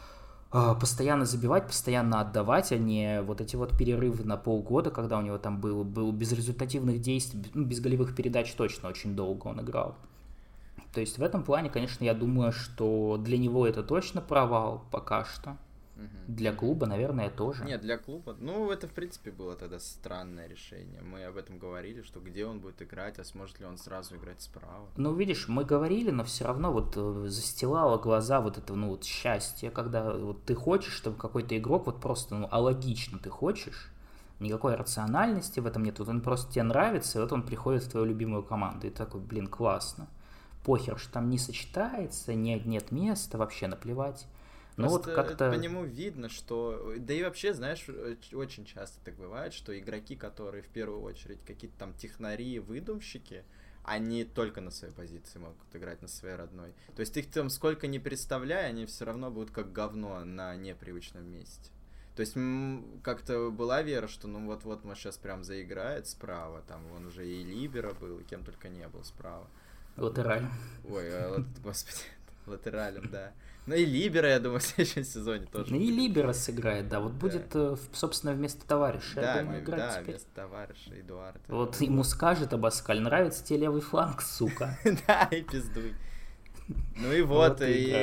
забивать, постоянно отдавать, а не вот эти вот перерывы на полгода, когда у него там было безрезультативных действий, ну, без голевых передач точно очень долго он играл. То есть в этом плане, конечно, я думаю, что для него это точно провал пока что. Для клуба, наверное, тоже. Нет, для клуба. Ну, это, в принципе, было тогда странное решение. Мы об этом говорили, что где он будет играть, а сможет ли он сразу играть справа. Ну, видишь, мы говорили, но все равно вот застилало глаза вот это, ну, вот счастье, когда вот ты хочешь, чтобы какой-то игрок вот просто, ну, алогично ты хочешь, никакой рациональности в этом нет, вот он просто тебе нравится, и вот он приходит в твою любимую команду, и ты такой, блин, классно. Похер, что там не сочетается, нет места, вообще наплевать. Ну вот как-то... по нему видно, что... Да и вообще, знаешь, очень часто так бывает, что игроки, которые в первую очередь какие-то там технари, выдумщики, они только на своей позиции могут играть, на своей родной. То есть их там сколько ни представляй, они все равно будут как говно на непривычном месте. То есть как-то была вера, что ну вот-вот он сейчас прям заиграет справа, там он уже и либеро был, и кем только не был справа. Латераль. Ой, господи, латералем, да. Ну и либеро, я думаю, в следующем сезоне тоже. Ну и либеро сыграет, да, вот будет, собственно, вместо товарища, да, я думаю, играть теперь. вместо товарища Эдуарда. Вот ему скажет Абаскаль, нравится тебе левый фланг, сука. Да, и пиздуй. Ну и вот,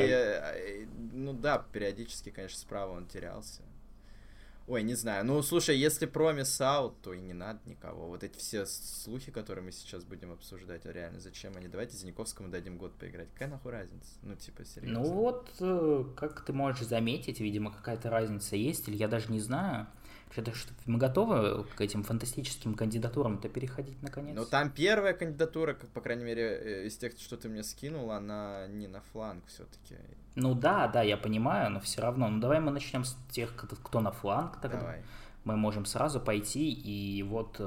ну да, периодически, конечно, справа он терялся. Ой, не знаю. Ну, слушай, если промис аут, то и не надо никого. Вот эти все слухи, которые мы сейчас будем обсуждать, реально, зачем они? Давайте Зиньковскому дадим год поиграть. Какая нахуй разница? Ну, типа, серьезно. Ну вот, как ты можешь заметить, видимо, какая-то разница есть, или я даже не знаю. Что-то мы готовы к этим фантастическим кандидатурам-то переходить наконец? Ну, там первая кандидатура, как, по крайней мере, из тех, что ты мне скинул, она не на фланг все-таки. Ну да, я понимаю, но все равно. Ну давай мы начнем с тех, кто на фланг тогда. Давай. Мы можем сразу пойти, и вот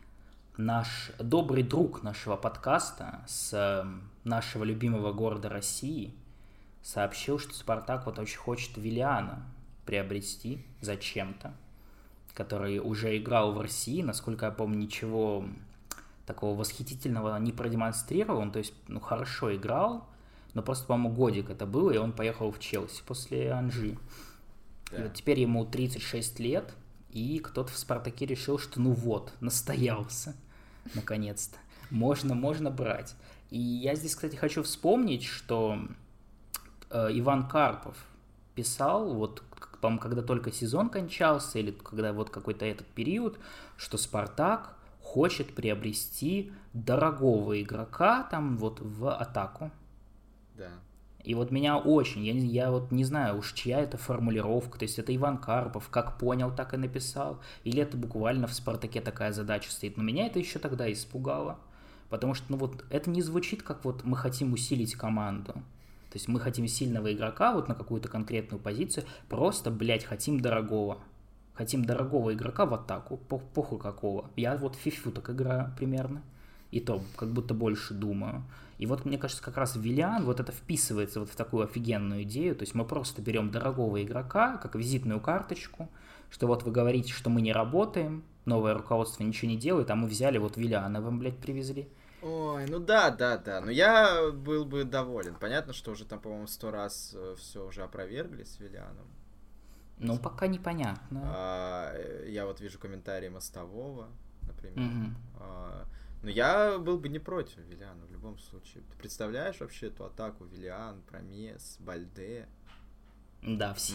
наш добрый друг нашего подкаста с нашего любимого города России сообщил, что Спартак вот очень хочет Виллиана приобрести зачем-то, который уже играл в России, насколько я помню, ничего такого восхитительного не продемонстрировал, он, то есть, ну, хорошо играл, но просто, по-моему, годик это было, и он поехал в Челси после Анжи. Да. И вот теперь ему 36 лет, и кто-то в Спартаке решил, что ну вот, настоялся, наконец-то. Можно брать. И я здесь, кстати, хочу вспомнить, что Иван Карпов писал, вот, по-моему, когда только сезон кончался, или когда вот какой-то этот период, что Спартак хочет приобрести дорогого игрока там вот в атаку. Да. И вот меня очень, я вот не знаю уж чья это формулировка, то есть это Иван Карпов, как понял, так и написал, или это буквально в «Спартаке» такая задача стоит, но меня это еще тогда испугало, потому что, ну вот, это не звучит как вот мы хотим усилить команду, то есть мы хотим сильного игрока вот на какую-то конкретную позицию, просто, блядь, хотим дорогого игрока в атаку, похуй какого, я вот в фифу так играю примерно, и то как будто больше думаю. И вот, мне кажется, как раз Виллиан вот это вписывается вот в такую офигенную идею, то есть мы просто берем дорогого игрока, как визитную карточку, что вот вы говорите, что мы не работаем, новое руководство ничего не делает, а мы взяли вот Виллиана, вам, блядь, привезли. Ой, ну да, но я был бы доволен. Понятно, что уже там, по-моему, 100 раз все уже опровергли с Виллианом. Ну, пока непонятно. Я вот вижу комментарии Мостового, например. Но я был бы не против Виллиана в любом случае. Ты представляешь вообще эту атаку? Виллиан, Промес, Бальде. Да, все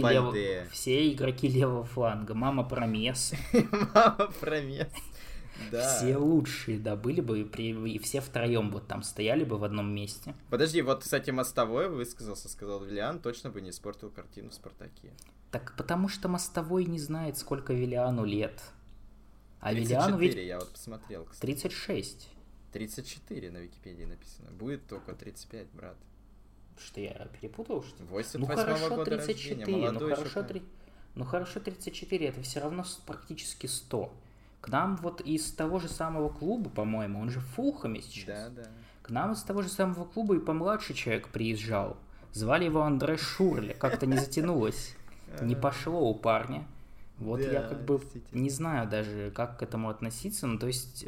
игроки левого фланга. Мама Промес. Мама Промес. Да. Все лучшие, да, были бы, и все втроем вот там стояли бы в одном месте. Подожди, вот, кстати, Мостовой высказался, сказал, Виллиан точно бы не испортил картину в «Спартаке». Так потому что Мостовой не знает, сколько Виллиану лет. А 34, Виллиану ведь... я вот посмотрел, кстати. 36. 34 на Википедии написано. Будет только 35, брат. Что, я перепутал, что ли? 88-го года 34, рождения, ну хорошо, 34, это все равно практически 100. К нам вот из того же самого клуба, по-моему, он же в Фулхэме сейчас. Да. К нам из того же самого клуба и помладший человек приезжал. Звали его Андре Шурле, как-то не затянулось. Не пошло у парня. Вот да, я как бы не знаю даже, как к этому относиться, ну то есть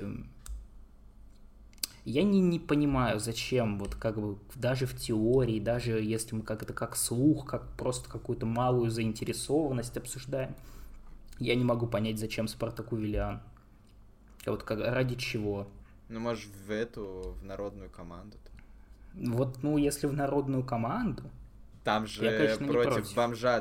я не понимаю, зачем, вот как бы даже в теории, даже если мы как слух, как просто какую-то малую заинтересованность обсуждаем, я не могу понять, зачем Спартаку Виллиан. Вот ради чего. Ну, может, в народную команду. Вот, ну, если в народную команду, Там же Я, конечно, против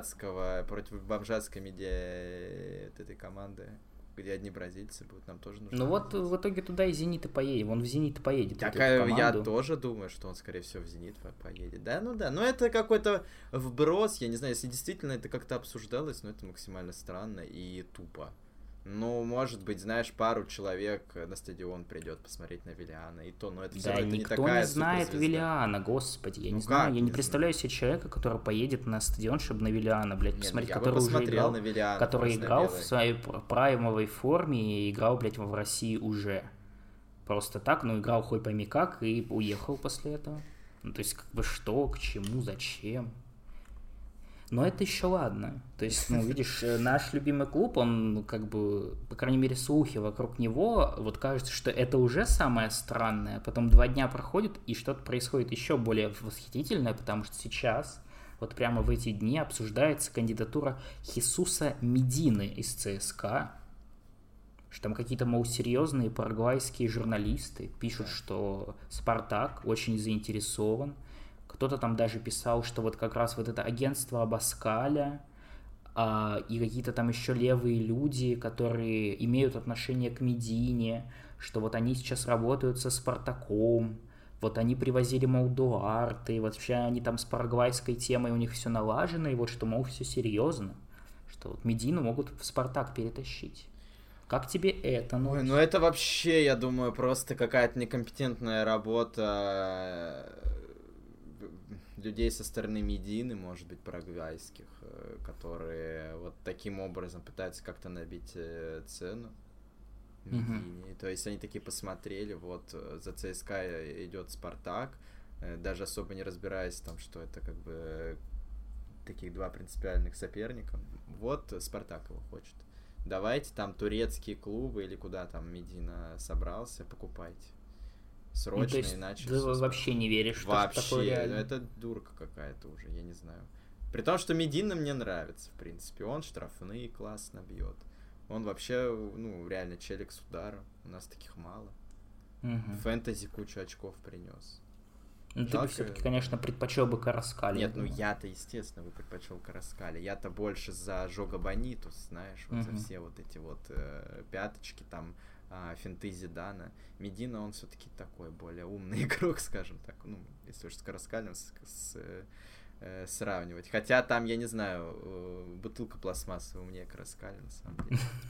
бомжатской медиа этой команды, где одни бразильцы будут, нам тоже нужно. Ну вот в итоге туда и «Зенит» и поедет. Он в «Зенит» и поедет. Так, я тоже думаю, что он, скорее всего, в «Зенит» поедет. Да. Но это какой-то вброс, я не знаю, если действительно это как-то обсуждалось, но это максимально странно и тупо. Ну, может быть, знаешь, пару человек на стадион придет посмотреть на Виллиана, и то, но это все равно не такая никто не знает Виллиана, господи, я не знаю, я не представляю себе человека, который поедет на стадион, чтобы на Виллиана, блядь, посмотреть, который уже играл, который играл в своей праймовой форме и играл, блядь, в России уже. Просто так, но играл хоть пойми как и уехал после этого. Ну, то есть, как бы что, к чему, зачем? Но это еще ладно. То есть, ну, видишь, наш любимый клуб, он как бы, по крайней мере, слухи вокруг него, вот кажется, что это уже самое странное. Потом 2 дня проходит, и что-то происходит еще более восхитительное, потому что сейчас, вот прямо в эти дни, обсуждается кандидатура Хесуса Медины из ЦСКА. Что там какие-то, мол, серьезные парагвайские журналисты пишут, что «Спартак» очень заинтересован. Кто-то там даже писал, что вот как раз вот это агентство Абаскаля и какие-то там еще левые люди, которые имеют отношение к Медине, что вот они сейчас работают со Спартаком, вот они привозили, мол, Дуарте, и вообще они там с парагвайской темой у них все налажено, и вот что, мол, все серьезно, что вот Медину могут в Спартак перетащить. Как тебе это? Ой, ну это вообще, я думаю, просто какая-то некомпетентная работа людей со стороны Медины, может быть, парагвайских, которые вот таким образом пытаются как-то набить цену Медине. То есть они такие посмотрели, вот за ЦСКА идет Спартак, даже особо не разбираясь там, что это как бы таких 2 принципиальных соперника. Вот Спартак его хочет. Давайте там турецкие клубы или куда там Медина собрался, покупайте. Срочно, ну, то есть иначе... Ты вообще не веришь, что вообще, такое реально? Это дурка какая-то уже, я не знаю. При том, что Медина мне нравится, в принципе. Он штрафные классно бьет. Он вообще, ну, реально челик с ударом. У нас таких мало. Фэнтези кучу очков принес. Ну, ты бы все-таки, конечно, предпочел бы Караскаля. Нет, ну я-то, естественно, бы предпочел Караскаля. Я-то больше за Жога Бонитус, знаешь, вот за все вот эти вот пяточки, там, финты Зидана. Медина, он все-таки такой более умный игрок, скажем так. Ну, если уж с Караскалем сравнивать. Хотя там, я не знаю, бутылка пластмассовая умнее Караскаля, на самом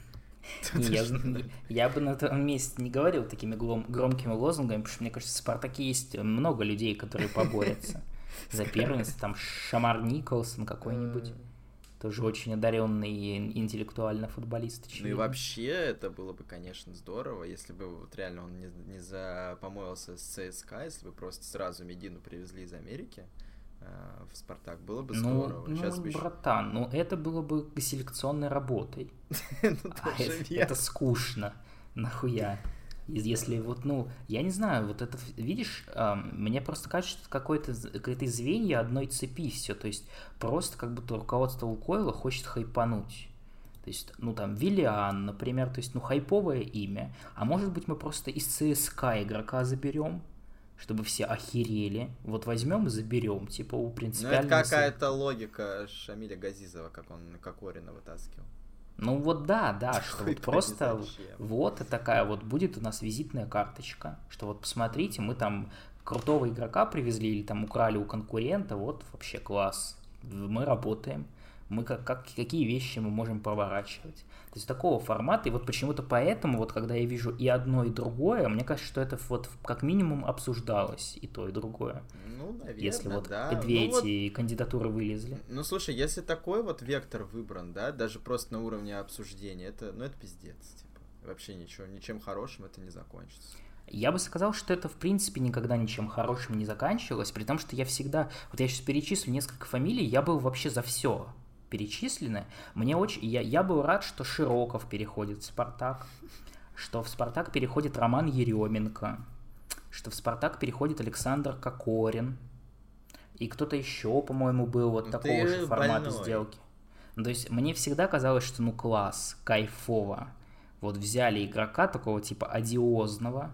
деле. Я бы на том месте не говорил такими громкими лозунгами, потому что, мне кажется, в «Спартаке» есть много людей, которые поборются за первенство. Там Шамар Николсон какой-нибудь. Тоже очень одаренный интеллектуально футболист. Ну и вообще, это было бы, конечно, здорово, если бы вот реально он не запомоился с ЦСКА, если бы просто сразу Медину привезли из Америки в Спартак, было бы здорово. Ну, братан, ну это было бы селекционной работой. Это скучно. Нахуя? Если вот, ну, я не знаю, вот это, видишь, мне просто кажется, что какое-то звенья одной цепи все, то есть просто как будто руководство Лукойла хочет хайпануть. То есть, ну, там, Виллиан, например, то есть, ну, хайповое имя, а может быть мы просто из ЦСКА игрока заберем, чтобы все охерели, вот возьмем и заберем, типа, у принципиального... Ну, это какая-то логика Шамиля Газизова, как он Кокорина вытаскивал. Ну вот да, что вот просто вот такая вот будет у нас визитная карточка, что вот посмотрите, мы там крутого игрока привезли или там украли у конкурента, вот вообще класс, мы работаем, мы какие вещи мы можем проворачивать. То есть такого формата, и вот почему-то поэтому, вот когда я вижу и одно, и другое, мне кажется, что это вот как минимум обсуждалось и то, и другое. Ну, наверное, если вот да. эти кандидатуры вылезли. Ну, слушай, если такой вот вектор выбран, да, даже просто на уровне обсуждения, это пиздец, типа. Вообще ничем хорошим это не закончится. Я бы сказал, что это, в принципе, никогда ничем хорошим не заканчивалось, при том, что я всегда... Вот я сейчас перечислю несколько фамилий, я был вообще за все перечислены. Мне очень... Я был рад, что Широков переходит в «Спартак», что в «Спартак» переходит Роман Еременко, что в «Спартак» переходит Александр Кокорин, и кто-то еще, по-моему, был вот такого же формата сделки. Ну, то есть мне всегда казалось, что ну класс, кайфово. Вот взяли игрока такого типа одиозного,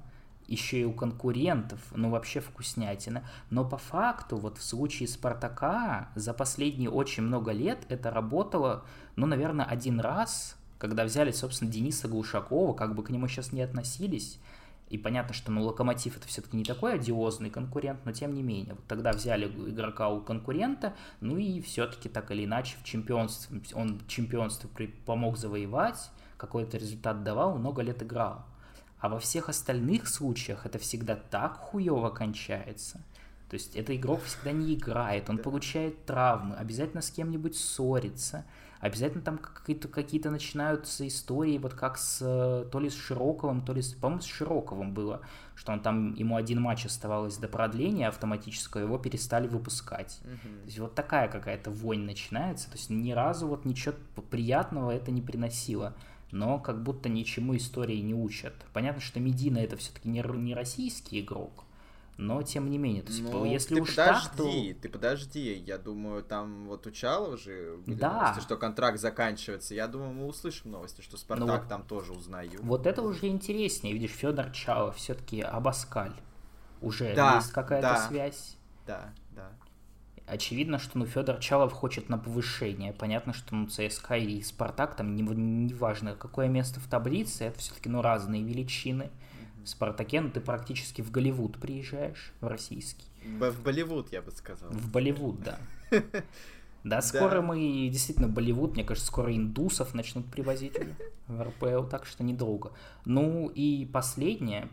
еще и у конкурентов, ну вообще вкуснятина. Но по факту, вот в случае Спартака, за последние очень много лет это работало, ну, наверное, один раз, когда взяли, собственно, Дениса Глушакова, как бы к нему сейчас не относились, и понятно, что, ну, Локомотив это все-таки не такой одиозный конкурент, но тем не менее. Вот тогда взяли игрока у конкурента, ну и все-таки так или иначе он чемпионство помог завоевать, какой-то результат давал, много лет играл. А во всех остальных случаях это всегда так хуево кончается. То есть это игрок всегда не играет, он получает травмы, обязательно с кем-нибудь ссорится, обязательно там какие-то начинаются истории, вот как то ли с Широковым, то ли по-моему, с Широковым было, что он там, ему один матч оставалось до продления автоматического, его перестали выпускать. То есть вот такая какая-то вонь начинается, то есть ни разу вот ничего приятного это не приносило. Но как будто ничему истории не учат. Понятно, что Медина это все-таки не российский игрок, но тем не менее. То есть, если уж так, то... Ты подожди, я думаю, там вот у Чалова же были новости, что контракт заканчивается. Я думаю, мы услышим новости, что Спартак там тоже узнают. Вот это уже интереснее. Видишь, Федор Чалов, все-таки Абаскаль. Уже есть какая-то связь. Да. Очевидно, что Федор Чалов хочет на повышение. Понятно, что ЦСКА и Спартак, там неважно, какое место в таблице, это все-таки разные величины. В Спартаке ты практически в Голливуд приезжаешь, в российский. В Болливуд, я бы сказал. В Болливуд, да. Да, скоро мы действительно Болливуд, мне кажется, скоро индусов начнут привозить в РПЛ, так что недолго. Ну и последняя,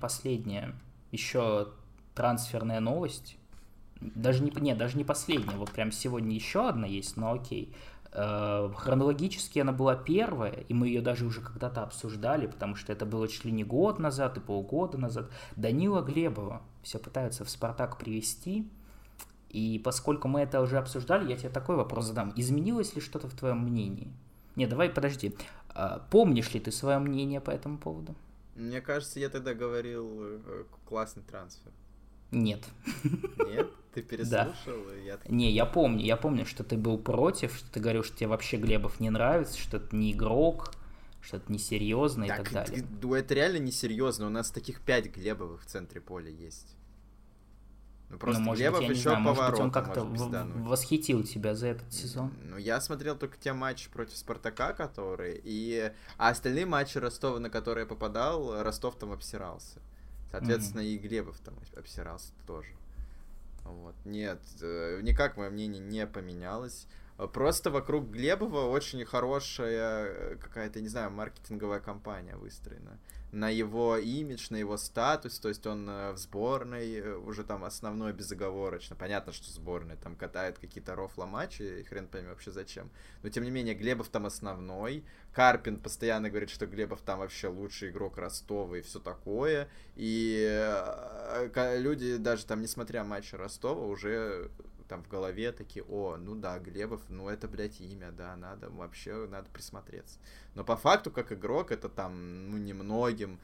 еще трансферная новость. Даже не последняя, вот прям сегодня еще одна есть, но окей. Хронологически она была первая, и мы ее даже уже когда-то обсуждали, потому что это было чуть ли не год назад и полгода назад. Данила Глебова все пытаются в «Спартак» привести, и поскольку мы это уже обсуждали, я тебе такой вопрос задам. Изменилось ли что-то в твоем мнении? Не, давай, подожди. Помнишь ли ты свое мнение по этому поводу? Мне кажется, я тогда говорил классный трансфер. Нет. Нет? Ты переслушал? Да. Не, я помню, что ты был против, что ты говорил, что тебе вообще Глебов не нравится, что это не игрок, что это несерьезно и так далее. Это реально несерьезно. У нас таких 5 Глебовых в центре поля есть. Просто может Глебов быть, я не еще знаю, может быть, он как-то восхитил тебя за этот сезон. Я смотрел только те матчи против Спартака, а остальные матчи Ростова, на которые я попадал, Ростов там обсирался. Соответственно, и Глебов там обсирался тоже. Вот. Нет, никак мое мнение не поменялось. Просто вокруг Глебова очень хорошая какая-то, не знаю, маркетинговая кампания выстроена. На его имидж, на его статус, то есть он в сборной уже там основной безоговорочно. Понятно, что сборная там катает какие-то рофла-матчи, и хрен пойми вообще зачем. Но тем не менее, Глебов там основной. Карпин постоянно говорит, что Глебов там вообще лучший игрок Ростова и все такое. И люди даже там, несмотря на матчи Ростова, уже там в голове такие: о, ну да, Глебов, ну это, блядь, имя, да, надо присмотреться. Но по факту, как игрок, это там, ну, немногим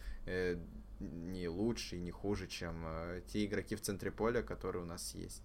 не лучше и не хуже, чем те игроки в центре поля, которые у нас есть.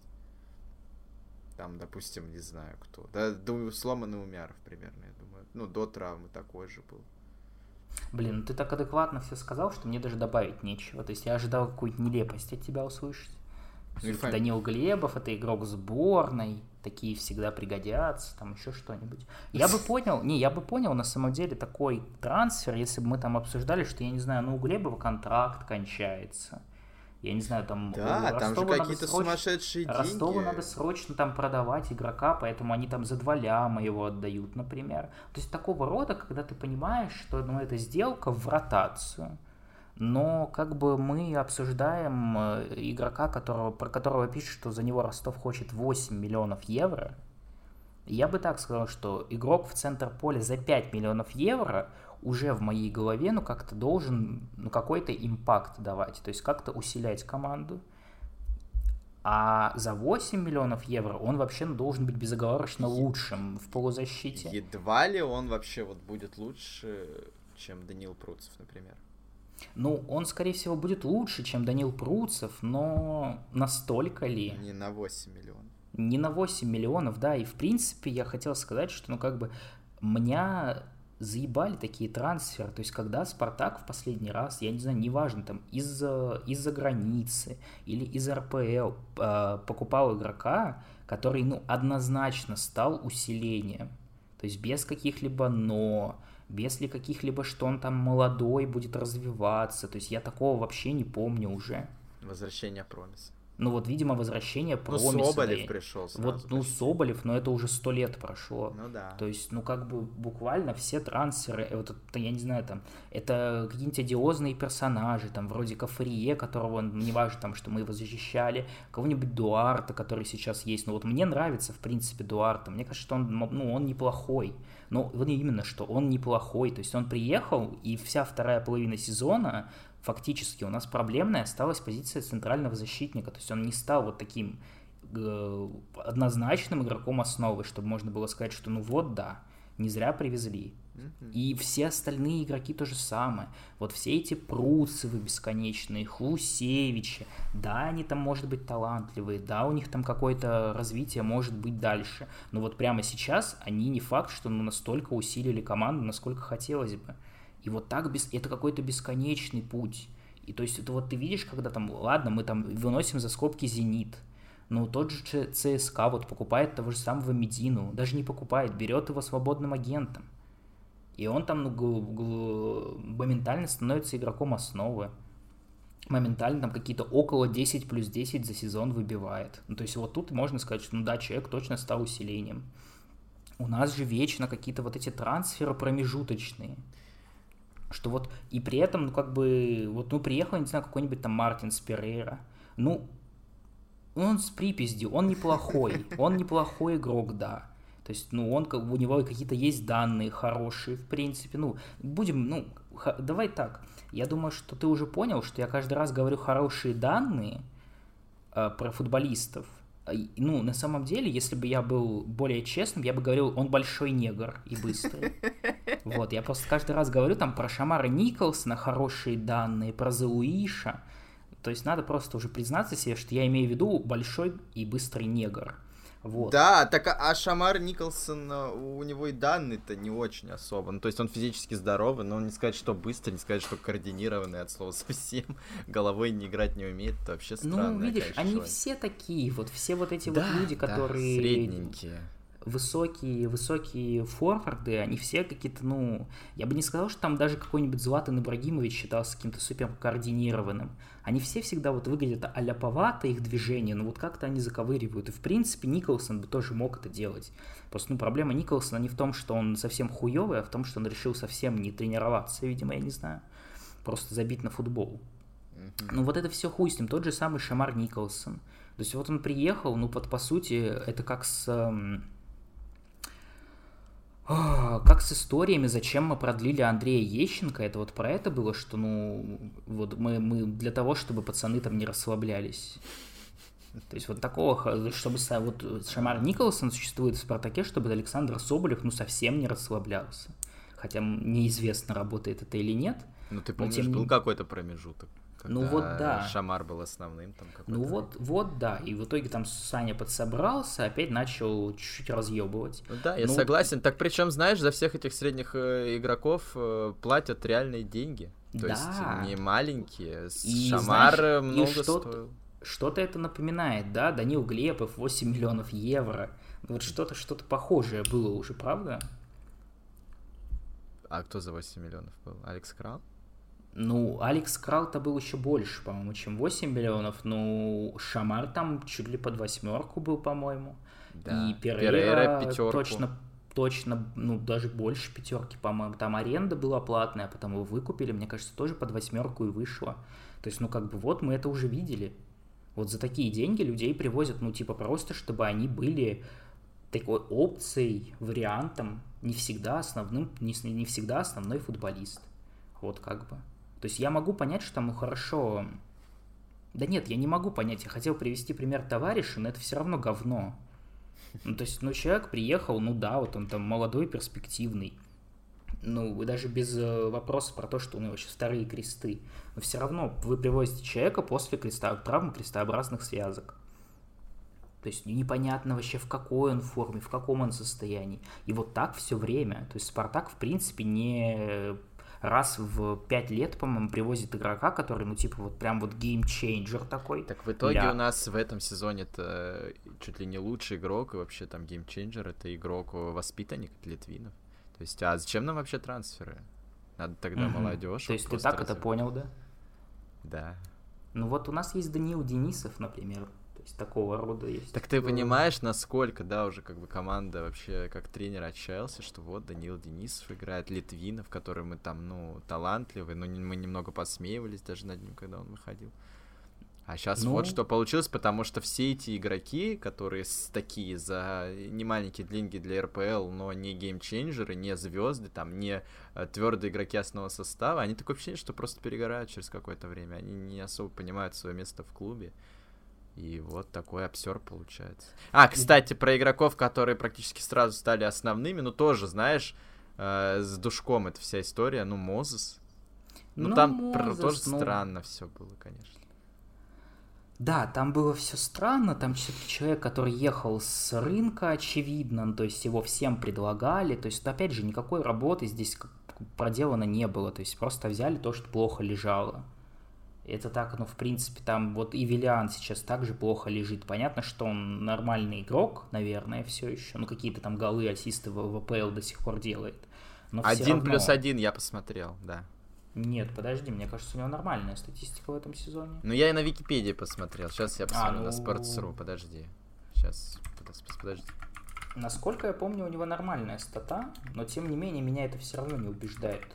Там, допустим, не знаю кто. Да, сломанный Умяров примерно, я думаю. Ну, до травмы такой же был. Блин, ну ты так адекватно все сказал, что мне даже добавить нечего. То есть я ожидал какую-то нелепость от тебя услышать. Данил Глебов, это игрок сборной, такие всегда пригодятся, там еще что-нибудь. Я бы понял на самом деле такой трансфер, если бы мы там обсуждали, что, я не знаю, у Глебова контракт кончается. Я не знаю, там... Да, там же какие-то сумасшедшие деньги. Ростову надо срочно там продавать игрока, поэтому они там за 2 ляма его отдают, например. То есть такого рода, когда ты понимаешь, что это сделка в ротацию. Но как бы мы обсуждаем игрока, про которого пишут, что за него Ростов хочет 8 миллионов евро. Я бы так сказал, что игрок в центр поля за 5 миллионов евро уже в моей голове как-то должен какой-то импакт давать, то есть как-то усилять команду. А за 8 миллионов евро он вообще должен быть безоговорочно лучшим в полузащите. Едва ли он вообще будет лучше, чем Данил Пруцев, например. Он, скорее всего, будет лучше, чем Данил Пруцев, но настолько ли? Не на 8 миллионов. Не на 8 миллионов, да, и в принципе я хотел сказать, что, меня заебали такие трансферы. То есть, когда Спартак в последний раз, я не знаю, неважно, там, из-за границы или из РПЛ покупал игрока, который, ну, однозначно стал усилением. То есть, без каких-либо «но», без ли каких-либо, что он там молодой будет развиваться. То есть, я такого вообще не помню уже. Возвращение Промиса. Ну вот, видимо, возвращение Промиса. Ну, Соболев пришел сразу. Вот, ну, Соболев, но это уже 100 лет прошло. Ну да. То есть, ну, как бы буквально все трансферы, вот это, я не знаю, там, это какие-нибудь одиозные персонажи, там, вроде Кафрие, которого, не важно, там, что мы его защищали, кого-нибудь Дуарта, который сейчас есть. Ну, вот мне нравится, в принципе, Дуарта. Мне кажется, что он, ну, он неплохой. Но вот именно, что он неплохой. То есть, он приехал, и вся вторая половина сезона фактически у нас проблемная осталась позиция центрального защитника, то есть он не стал вот таким однозначным игроком основы, чтобы можно было сказать, что ну вот да, не зря привезли. И все остальные игроки то же самое. Вот все эти Пруцевы бесконечные, Хлусевичи, да, они там, может быть, талантливые, да, у них там какое-то развитие может быть дальше, но вот прямо сейчас они не факт, что ну, настолько усилили команду, насколько хотелось бы. И вот так это какой-то бесконечный путь. И то есть это вот ты видишь, когда там, ладно, мы там выносим за скобки «Зенит», но тот же ЦСКА вот покупает того же самого Медину, даже не покупает, берет его свободным агентом. И он там моментально становится игроком основы. Моментально там какие-то около 10+10 за сезон выбивает. Ну, то есть вот тут можно сказать, что ну да, человек точно стал усилением. У нас же вечно какие-то вот эти трансферы промежуточные. Что вот, и при этом, ну, как бы, вот, ну, приехал, не знаю, какой-нибудь там Мартинс Перейра, ну, он с припиздью, он неплохой игрок, да, то есть, ну, у него какие-то есть данные хорошие, в принципе, ну, давай так, я думаю, что ты уже понял, что я каждый раз говорю хорошие данные про футболистов. Ну, на самом деле, если бы я был более честным, я бы говорил, он большой негр и быстрый. Вот, я просто каждый раз говорю там про Шамара Николсона хорошие данные, про Зауиша. То есть надо просто уже признаться себе, что я имею в виду большой и быстрый негр. Вот. Да, так а Шамар Николсон, у него и данные-то не очень особо. Ну, то есть он физически здоровый, но он не сказать, что быстрый, не сказать, что координированный от слова совсем. Головой не играть не умеет, это вообще странно. Ну, видишь, они человек. Все такие, вот все вот эти да, вот люди, которые... средненькие. Высокие форварды, они все какие-то, ну, я бы не сказал, что там даже какой-нибудь Златан Ибрагимович считался каким-то супер координированным. Они все всегда вот выглядят аляповато, их движения, но вот как-то они заковыривают. И в принципе Николсон бы тоже мог это делать. Просто, ну, проблема Николсона не в том, что он совсем хуёвый, а в том, что он решил совсем не тренироваться, видимо, я не знаю. Просто забить на футбол. Ну вот это все хуй с ним. Тот же самый Шамар Николсон. То есть вот он приехал, ну, по сути, это как с историями, зачем мы продлили Андрея Ещенко, это вот про это было, что, ну, вот мы для того, чтобы пацаны там не расслаблялись. То есть вот такого, чтобы вот Шамар Николсон существует в «Спартаке», чтобы Александр Соболев, ну, совсем не расслаблялся. Хотя неизвестно, работает это или нет. Ну, ты помнишь, был какой-то промежуток? Когда ну вот да. Шамар был основным там какой-то. Ну вот да. И в итоге там Саня подсобрался, опять начал чуть-чуть разъебывать. Ну да, я согласен. Так причем, знаешь, за всех этих средних игроков платят реальные деньги. То есть не маленькие. И, Шамар знаешь, много стоил. Что-то это напоминает, да? Данил Глебов, 8 миллионов евро. Вот что-то похожее было уже, правда? А кто за 8 миллионов был? Алекс Крал? Ну, Алекс Крал-то был еще больше, по-моему, чем 8 миллионов. Ну, Шамар там чуть ли под 8 был, по-моему. Да. И Перейра 5. точно, ну, даже больше 5, по-моему. Там аренда была платная, потом его выкупили, мне кажется, тоже под 8 и вышло. То есть, ну, как бы вот мы это уже видели. Вот за такие деньги людей привозят, ну, типа, просто чтобы они были такой опцией, вариантом, не всегда основной футболист. Вот как бы. То есть я могу понять, что там, ну, хорошо... Да нет, я не могу понять. Я хотел привести пример товарища, но это все равно говно. Ну, то есть, ну, человек приехал, ну да, вот он там молодой, перспективный. Ну, даже без вопроса про то, что у него сейчас вторые кресты. Но все равно вы привозите человека после травмы крестообразных связок. То есть непонятно вообще, в какой он форме, в каком он состоянии. И вот так все время. То есть Спартак, в принципе, не раз в 5 лет, по-моему, привозит игрока, который, ну, типа, вот прям вот геймчейнджер такой. Так в итоге у нас в этом сезоне это чуть ли не лучший игрок, и вообще там геймчейнджер, это игрок-воспитанник Литвинов. То есть, а зачем нам вообще трансферы? Надо тогда молодежь. То есть ты так это понял, да? Да. Ну вот у нас есть Даниил Денисов, например. То есть такого рода есть. Так ты понимаешь, насколько, да, уже как бы команда вообще как тренер отчаялся, что вот Даниил Денисов играет, Литвинов, который мы там, ну, талантливый, но мы немного посмеивались даже над ним, когда он выходил. А сейчас вот что получилось, потому что все эти игроки, которые такие за немаленькие деньги для РПЛ, но не геймчейнджеры, не звезды, там, не твердые игроки основного состава, они такое ощущение, что просто перегорают через какое-то время. Они не особо понимают свое место в клубе. И вот такой обсер получается. А, кстати, про игроков, которые практически сразу стали основными, ну тоже, знаешь, с Душком эта вся история, ну, Мозес. Ну, там Мозес, тоже странно все было, конечно. Да, там было все странно, там человек, который ехал с рынка, очевидно, то есть его всем предлагали, то есть, опять же, никакой работы здесь проделано не было, то есть просто взяли то, что плохо лежало. Это так, ну, в принципе, там вот и Виллиан сейчас также плохо лежит. Понятно, что он нормальный игрок, наверное, все еще. Ну, какие-то там голы, ассисты в АПЛ до сих пор делает. Но 1+1 я посмотрел, да. Нет, подожди, мне кажется, у него нормальная статистика в этом сезоне. Ну, я и на Википедии посмотрел. Сейчас я посмотрю на Sports.ru, подожди. Сейчас, подожди. Насколько я помню, у него нормальная стата, но, тем не менее, меня это все равно не убеждает.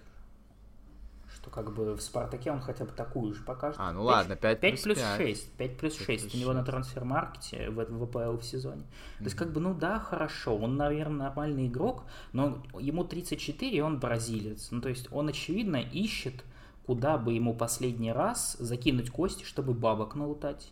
Что как бы в Спартаке он хотя бы такую же покажет. Ну ладно, 5 плюс 6. 5 плюс 6 у него на трансфер-маркете в АПЛ в сезоне. То есть как бы, ну да, хорошо, он, наверное, нормальный игрок, но ему 34, и он бразилец. Ну то есть он, очевидно, ищет, куда бы ему последний раз закинуть кости, чтобы бабок налутать.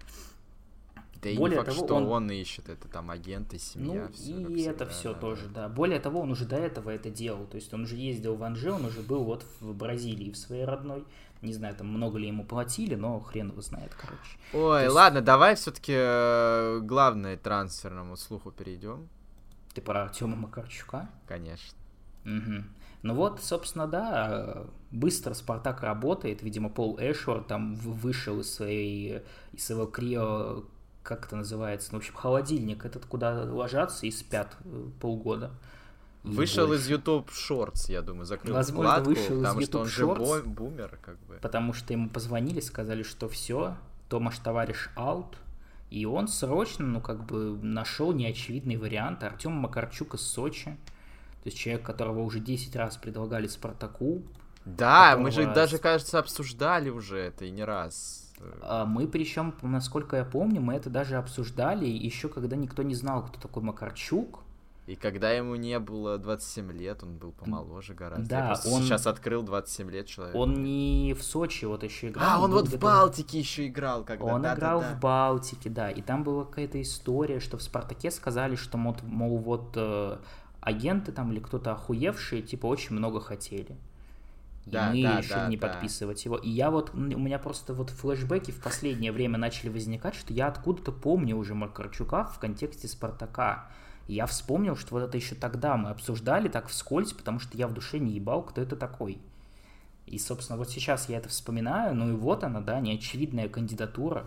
Да и не факт, что он ищет, это там агенты, семья. Ну, все, и это все тоже, да. Более того, он уже до этого это делал. То есть он уже ездил в Анже, он уже был вот в Бразилии, в своей родной. Не знаю, там много ли ему платили, но хрен его знает, короче. Ой, ладно, давай все-таки главное трансферному слуху перейдем. Ты про Артема Макарчука? Конечно. Угу. Ну вот, собственно, да, быстро Спартак работает. Видимо, Пол Эшвард там вышел из своего крио, как это называется, ну, в общем, холодильник этот, куда ложатся и спят полгода. Вышел из YouTube Shorts, я думаю, закрыл вкладку, потому что он же бумер, как бы. Потому что ему позвонили, сказали, что все, Томаш товарищ аут, и он срочно, ну, как бы, нашел неочевидный вариант. Артем Макарчук из Сочи, то есть человек, которого уже 10 раз предлагали Спартаку. Да, мы же даже, кажется, обсуждали уже это и не раз. Мы, причем, насколько я помню, мы это даже обсуждали еще когда никто не знал, кто такой Макарчук. И когда ему не было 27 лет, он был помоложе гораздо. Да, я просто сейчас открыл 27 лет человек. Он не в Сочи вот еще играл. Он вот в Балтике еще играл. Он играл в Балтике, да. И там была какая-то история, что в Спартаке сказали, что, мол, вот агенты там или кто-то охуевшие, типа, очень много хотели. И мы решили не подписывать его. И я вот, у меня просто вот флешбеки в последнее время начали возникать, что я откуда-то помню уже Макарчука в контексте Спартака. И я вспомнил, что вот это еще тогда мы обсуждали так вскользь, потому что я в душе не ебал, кто это такой. И, собственно, вот сейчас я это вспоминаю, ну и вот она, да, неочевидная кандидатура.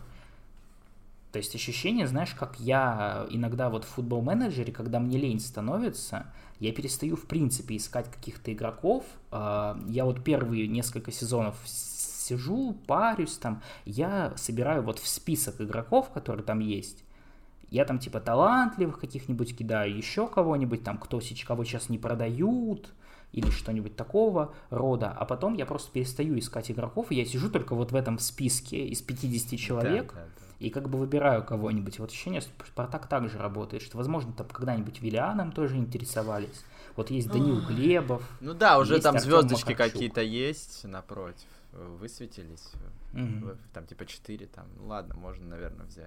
То есть ощущение, знаешь, как я иногда вот в футбол-менеджере, когда мне лень становится, я перестаю в принципе искать каких-то игроков. Я вот первые несколько сезонов сижу, парюсь там, я собираю вот в список игроков, которые там есть. Я там типа талантливых каких-нибудь кидаю, еще кого-нибудь там, кого сейчас не продают, или что-нибудь такого рода, а потом я просто перестаю искать игроков, и я сижу только вот в этом списке из 50 человек, и как бы выбираю кого-нибудь. Вот ощущение, что Спартак также работает, что, возможно, там когда-нибудь Виллианом тоже интересовались. Вот есть Данил Глебов. Ну да, уже там звездочки какие-то есть напротив, высветились, там типа 4, там, ну ладно, можно, наверное, взять.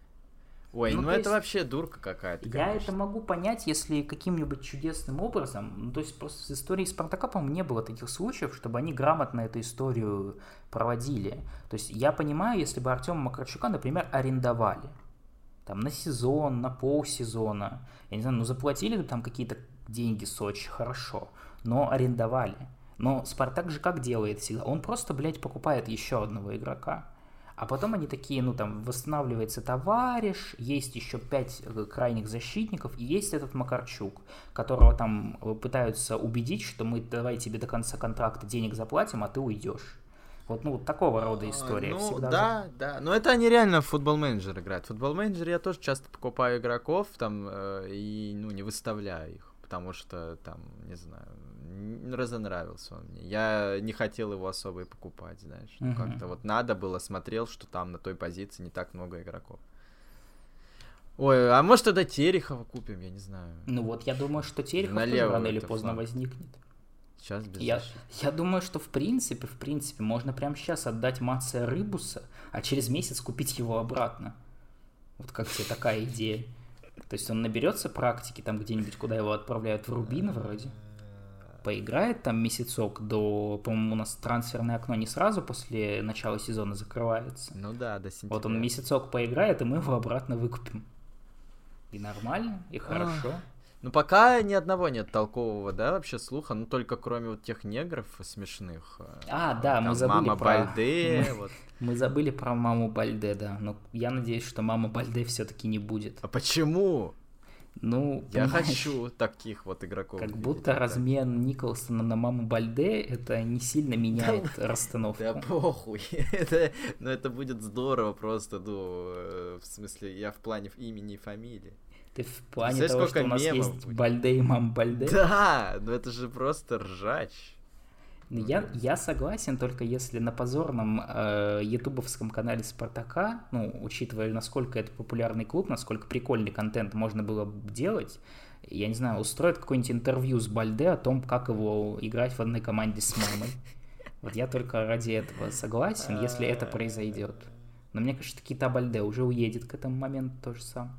Ой, ну это вообще дурка какая-то. Я это могу понять, если каким-нибудь чудесным образом, ну то есть просто с историей Спартака, по-моему, не было таких случаев, чтобы они грамотно эту историю проводили. То есть я понимаю, если бы Артема Макарчука, например, арендовали. там на сезон, на полсезона. Я не знаю, ну заплатили там какие-то деньги Сочи, хорошо, но арендовали. Но Спартак же как делает всегда? Он просто, блядь, покупает еще одного игрока. А потом они такие, ну там, восстанавливается товарищ, есть еще 5 крайних защитников, и есть этот Макарчук, которого там пытаются убедить, что мы давай тебе до конца контракта денег заплатим, а ты уйдешь. Вот, ну, вот такого рода история. Ну, всегда да. Но это они реально в футбол-менеджер играют. В футбол-менеджер я тоже часто покупаю игроков там и, ну, не выставляю их, потому что там, не знаю, разонравился он мне. Я не хотел его особо и покупать, знаешь. Ну, как-то вот надо было, смотрел, что там на той позиции не так много игроков. Ой, а может тогда Терехова купим, я не знаю. Ну вот, я думаю, что Терехов тоже рано или поздно возникнет. Сейчас без я думаю, что в принципе, можно прямо сейчас отдать Мация Рыбуса, а через месяц купить его обратно. Вот как тебе такая идея? То есть он наберется практики там где-нибудь, куда его отправляют в Рубин вроде, поиграет там месяцок до... По-моему, у нас трансферное окно не сразу после начала сезона закрывается. Ну да, до сентября. Вот он месяцок поиграет, и мы его обратно выкупим. И нормально, и хорошо. Ну, пока ни одного нет толкового, да, вообще слуха, ну, только кроме вот тех негров смешных. Да, мы забыли Мама Бальде, вот. Мы забыли про маму Бальде, да. Но я надеюсь, что мама Бальде все-таки не будет. А почему? Ну, я хочу таких вот игроков. Как будто размен Николсона на маму Бальде это не сильно меняет расстановку. Да похуй. Но это будет здорово просто, ну, в смысле, я в плане имени и фамилии. Ты в плане того, что у нас есть Бальде и мама Бальде? Да, но это же просто ржач. Я согласен, только если на позорном ютубовском канале Спартака, ну, учитывая, насколько это популярный клуб, насколько прикольный контент можно было бы делать, я не знаю, устроить какое-нибудь интервью с Бальде о том, как его играть в одной команде с мамой. Вот я только ради этого согласен, если это произойдет. Но мне кажется, Кита Бальде уже уедет к этому моменту тоже сам.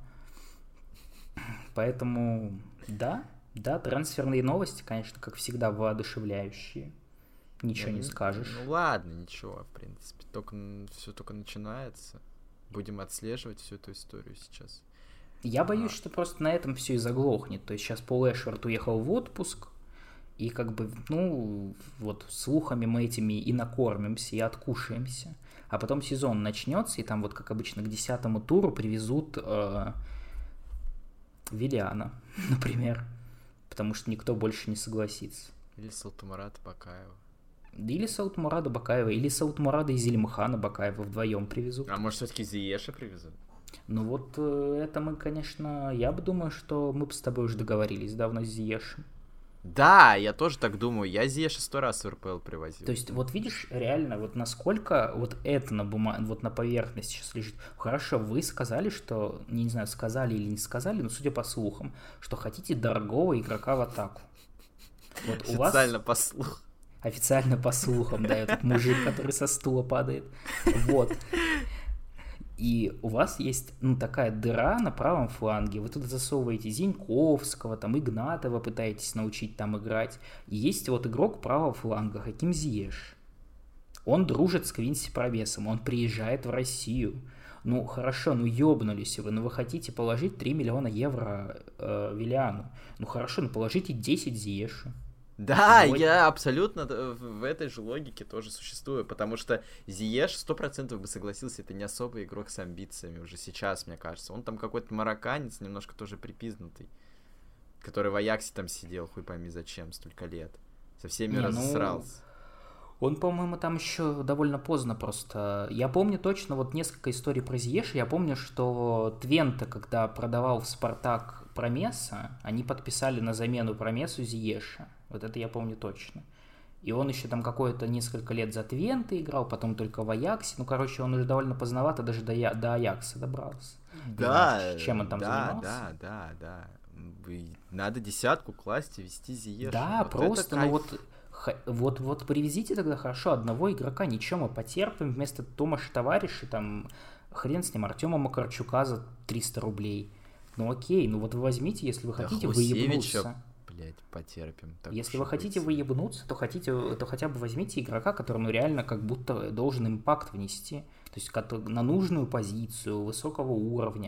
Поэтому, да, трансферные новости, конечно, как всегда, воодушевляющие. Ничего не скажешь. Ну ладно, ничего, в принципе. Все только начинается. Будем отслеживать всю эту историю сейчас. Я боюсь, что просто на этом все и заглохнет. То есть сейчас Пол Эшвард уехал в отпуск, и как бы, ну, вот слухами мы этими и накормимся, и откушаемся. А потом сезон начнется, и там вот, как обычно, к 10-му туру привезут Виллиана, например. Потому что никто больше не согласится. Или Салтумарата Бакаева. Или Саутмурада Бакаева, или Саутмурада и Зельмахана Бакаева вдвоем привезут. А может, все-таки Зиеша привезут? Ну вот это мы, конечно... Я бы думаю, что мы бы с тобой уже договорились давно с Зиешем. Да, я тоже так думаю. Я Зиеша 100 раз в РПЛ привозил. То есть, вот видишь, реально, вот насколько вот это на бумаге, вот на поверхности сейчас лежит. Хорошо, вы сказали, что, не знаю, сказали или не сказали, но судя по слухам, что хотите дорогого игрока в атаку. Вот у вас... Официально по слухам. Официально по слухам, да, этот мужик, который со стула падает. Вот. И у вас есть, ну, такая дыра на правом фланге. Вы туда засовываете Зиньковского, там, Игнатова пытаетесь научить там играть. И есть вот игрок правого фланга, Хаким Зиеш. Он дружит с Квинси Провесом, он приезжает в Россию. Ну, хорошо, ну, ёбнулись вы, но вы хотите положить 3 миллиона евро Виллиану. Ну, хорошо, ну, положите 10 Зиешу. Да, я абсолютно в этой же логике тоже существую, потому что Зиеш 100% бы согласился, это не особый игрок с амбициями уже сейчас, мне кажется. Он там какой-то марокканец, немножко тоже припизнутый, который в Аяксе там сидел, хуй пойми зачем, столько лет. Со всеми разосрался. Он, по-моему, там еще довольно поздно просто. Я помню точно вот несколько историй про Зиеша. Я помню, что Твенте, когда продавал в Спартак Промеса, они подписали на замену Промесу Зиеша. Вот это я помню точно. И он еще там какое-то несколько лет за Твенте играл, потом только в Аяксе. Ну, короче, он уже довольно поздновато даже до Аякса добрался. Да, чем он там занимался? Да. Надо десятку класть и вести Зиеша. Да, вот просто, ну вот привезите тогда хорошо одного игрока, ничего, мы потерпим вместо Томаша Товарища, там, хрен с ним, Артема Макарчука за 300 рублей. Ну окей, ну вот вы возьмите, если вы хотите выебнуться. Блять, потерпим. Если вы хотите выебнуться, то хотя бы возьмите игрока, который ну реально как будто должен импакт внести. То есть на нужную позицию, высокого уровня.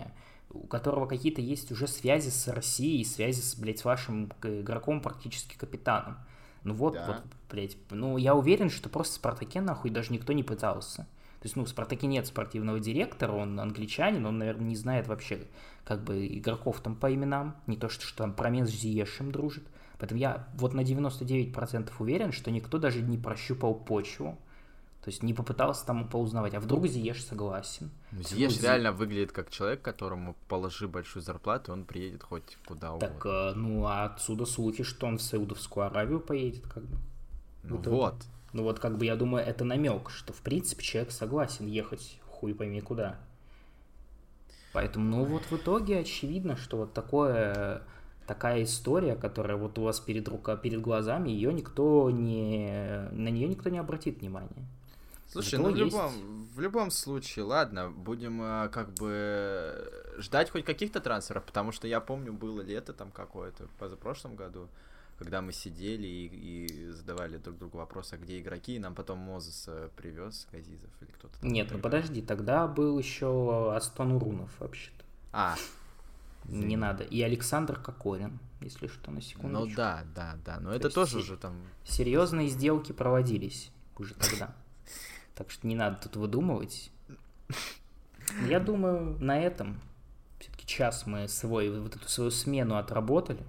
у которого какие-то есть уже связи с Россией, связи с, блядь, с вашим игроком, практически капитаном. Ну вот, Да. вот, блядь, ну я уверен, что просто в «Спартаке» нахуй даже никто не пытался. То есть, ну, в «Спартаке» нет спортивного директора, он англичанин, он, наверное, не знает вообще, как бы, игроков там по именам, не то, что там Промес с Зиешем дружит. Поэтому я вот на 99% уверен, что никто даже не прощупал почву, то есть не попытался там поузнавать, а вдруг Зиеш согласен. Зиеш реально выглядит как человек, которому положи большую зарплату, и он приедет хоть куда угодно. Так, ну, а отсюда слухи, что он в Саудовскую Аравию поедет, как бы. Ну вот. Ну вот, как бы, я думаю, это намек, что, в принципе, человек согласен ехать хуй пойми куда. Поэтому, ну вот в итоге очевидно, что вот такая история, которая вот у вас перед глазами, на нее никто не обратит внимания. Слушай, ну в любом случае, ладно, будем как бы ждать хоть каких-то трансферов, потому что я помню, было лето там какое-то, позапрошлом году, когда мы сидели и задавали друг другу вопросы, а где игроки, и нам потом Мозес привез, Газизов или кто-то там. Нет, ну подожди, тогда был еще Астон Урунов вообще-то. Не надо. И Александр Кокорин, если что, на секундочку. Ну да, но это тоже уже там... Серьезные сделки проводились уже тогда. Так что не надо тут выдумывать. Я думаю, на этом все-таки час мы вот эту свою смену отработали.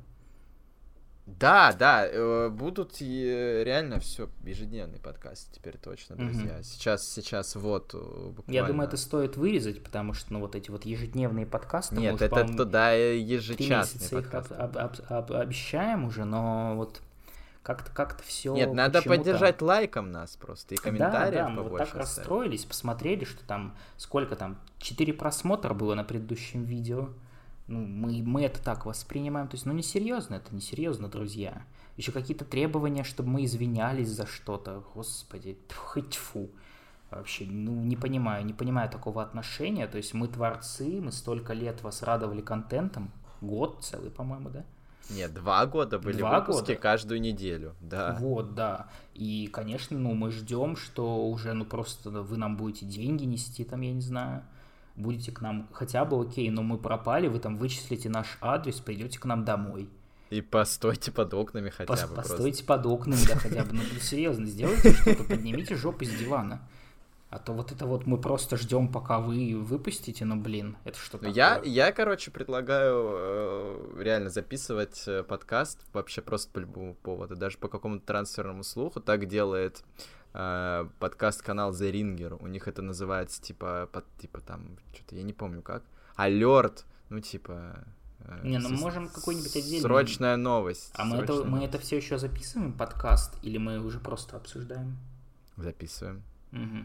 Да, будут реально все ежедневный подкаст теперь точно, друзья. Сейчас вот буквально... Я думаю, это стоит вырезать, потому что, ну, вот эти вот ежедневные подкасты... Нет, это туда ежечасный подкаст. 3 месяца обещаем уже, но вот как-то все... Нет, надо поддержать лайком нас просто и комментариев побольше. Да, мы вот так расстроились, посмотрели, что там, сколько там, 4 просмотра было на предыдущем видео. Ну, мы это так воспринимаем, то есть, ну, это несерьезно, друзья. Еще какие-то требования, чтобы мы извинялись за что-то, господи, тьфу. Вообще, ну, не понимаю такого отношения, то есть мы творцы, мы столько лет вас радовали контентом, год целый, по-моему, да? Нет, 2 года были выпуски каждую неделю, да. Вот, да, и, конечно, ну, мы ждем, что уже, ну, просто вы нам будете деньги нести, там, я не знаю, будете к нам хотя бы окей, но мы пропали, вы там вычислите наш адрес, придете к нам домой. И постойте под окнами хотя бы. Постойте под окнами, да, хотя бы. Ну, серьезно, сделайте что-то, поднимите жопу с дивана. А то вот это вот мы просто ждем, пока вы выпустите, ну, блин, это что такое? Я, короче, предлагаю реально записывать подкаст вообще просто по любому поводу, даже по какому-то трансферному слуху. Так делает подкаст-канал The Ringer. У них это называется, типа там, что-то я не помню как. Алерт, ну, типа... Не, ну можем какой-нибудь отдельный... Срочная новость. А мы это все еще записываем, подкаст, или мы уже просто обсуждаем? Записываем. Угу.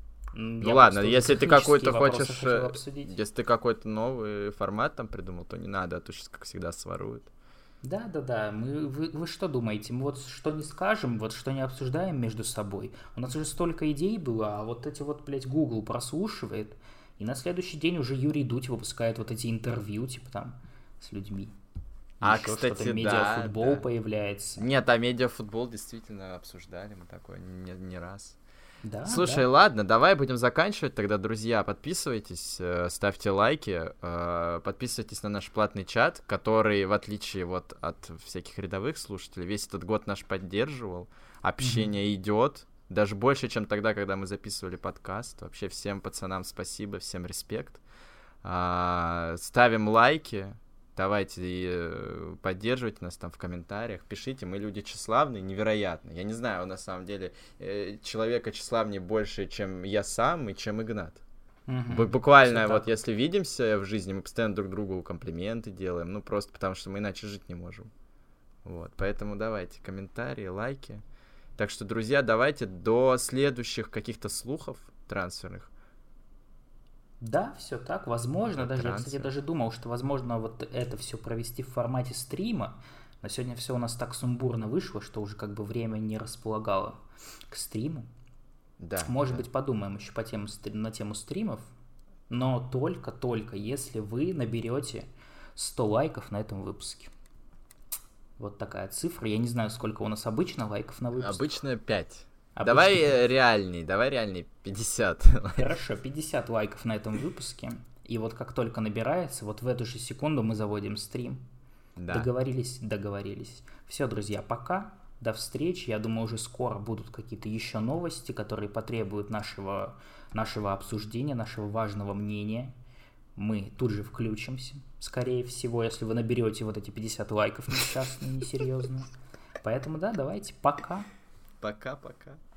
Ну ладно, если ты какой-то хочешь... Если ты какой-то новый формат там придумал, то не надо, а то сейчас, как всегда, своруют. Да. Вы что думаете? Мы вот что не скажем, вот что не обсуждаем между собой. У нас уже столько идей было, а вот эти вот, блядь, Google прослушивает, и на следующий день уже Юрий Дудь выпускает вот эти интервью, типа там, с людьми. Еще кстати, медиафутбол появляется. Нет, медиафутбол действительно обсуждали мы такое не раз. Да, слушай, ладно, давай будем заканчивать тогда, друзья. Подписывайтесь, ставьте лайки, подписывайтесь на наш платный чат, который, в отличие вот от всяких рядовых слушателей, весь этот год наш поддерживал. Общение идет, даже больше, чем тогда, когда мы записывали подкаст. Вообще всем пацанам спасибо, всем респект. Ставим лайки. Давайте поддерживайте нас там в комментариях, пишите, мы люди тщеславные, невероятно. Я не знаю, на самом деле, человека тщеславнее больше, чем я сам и чем Игнат. Буквально вот если видимся в жизни, мы постоянно друг другу комплименты делаем, ну просто потому что мы иначе жить не можем. Вот, поэтому давайте комментарии, лайки. Так что, друзья, давайте до следующих каких-то слухов трансферных. Да, все так, возможно, даже я, кстати, даже думал, что возможно вот это все провести в формате стрима, но сегодня все у нас так сумбурно вышло, что уже как бы время не располагало к стриму. Да. Может быть, подумаем еще на тему стримов, но только если вы наберете 100 лайков на этом выпуске. Вот такая цифра. Я не знаю, сколько у нас обычно лайков на выпуск. Обычно 5. Давай реальный 50. Хорошо, 50 лайков на этом выпуске. И вот как только набирается, вот в эту же секунду мы заводим стрим. Да. Договорились. Все, друзья, пока. До встречи. Я думаю, уже скоро будут какие-то еще новости, которые потребуют нашего обсуждения, нашего важного мнения. Мы тут же включимся, скорее всего, если вы наберете вот эти 50 лайков несчастные, несерьезные. Поэтому да, давайте, пока. Пока-пока.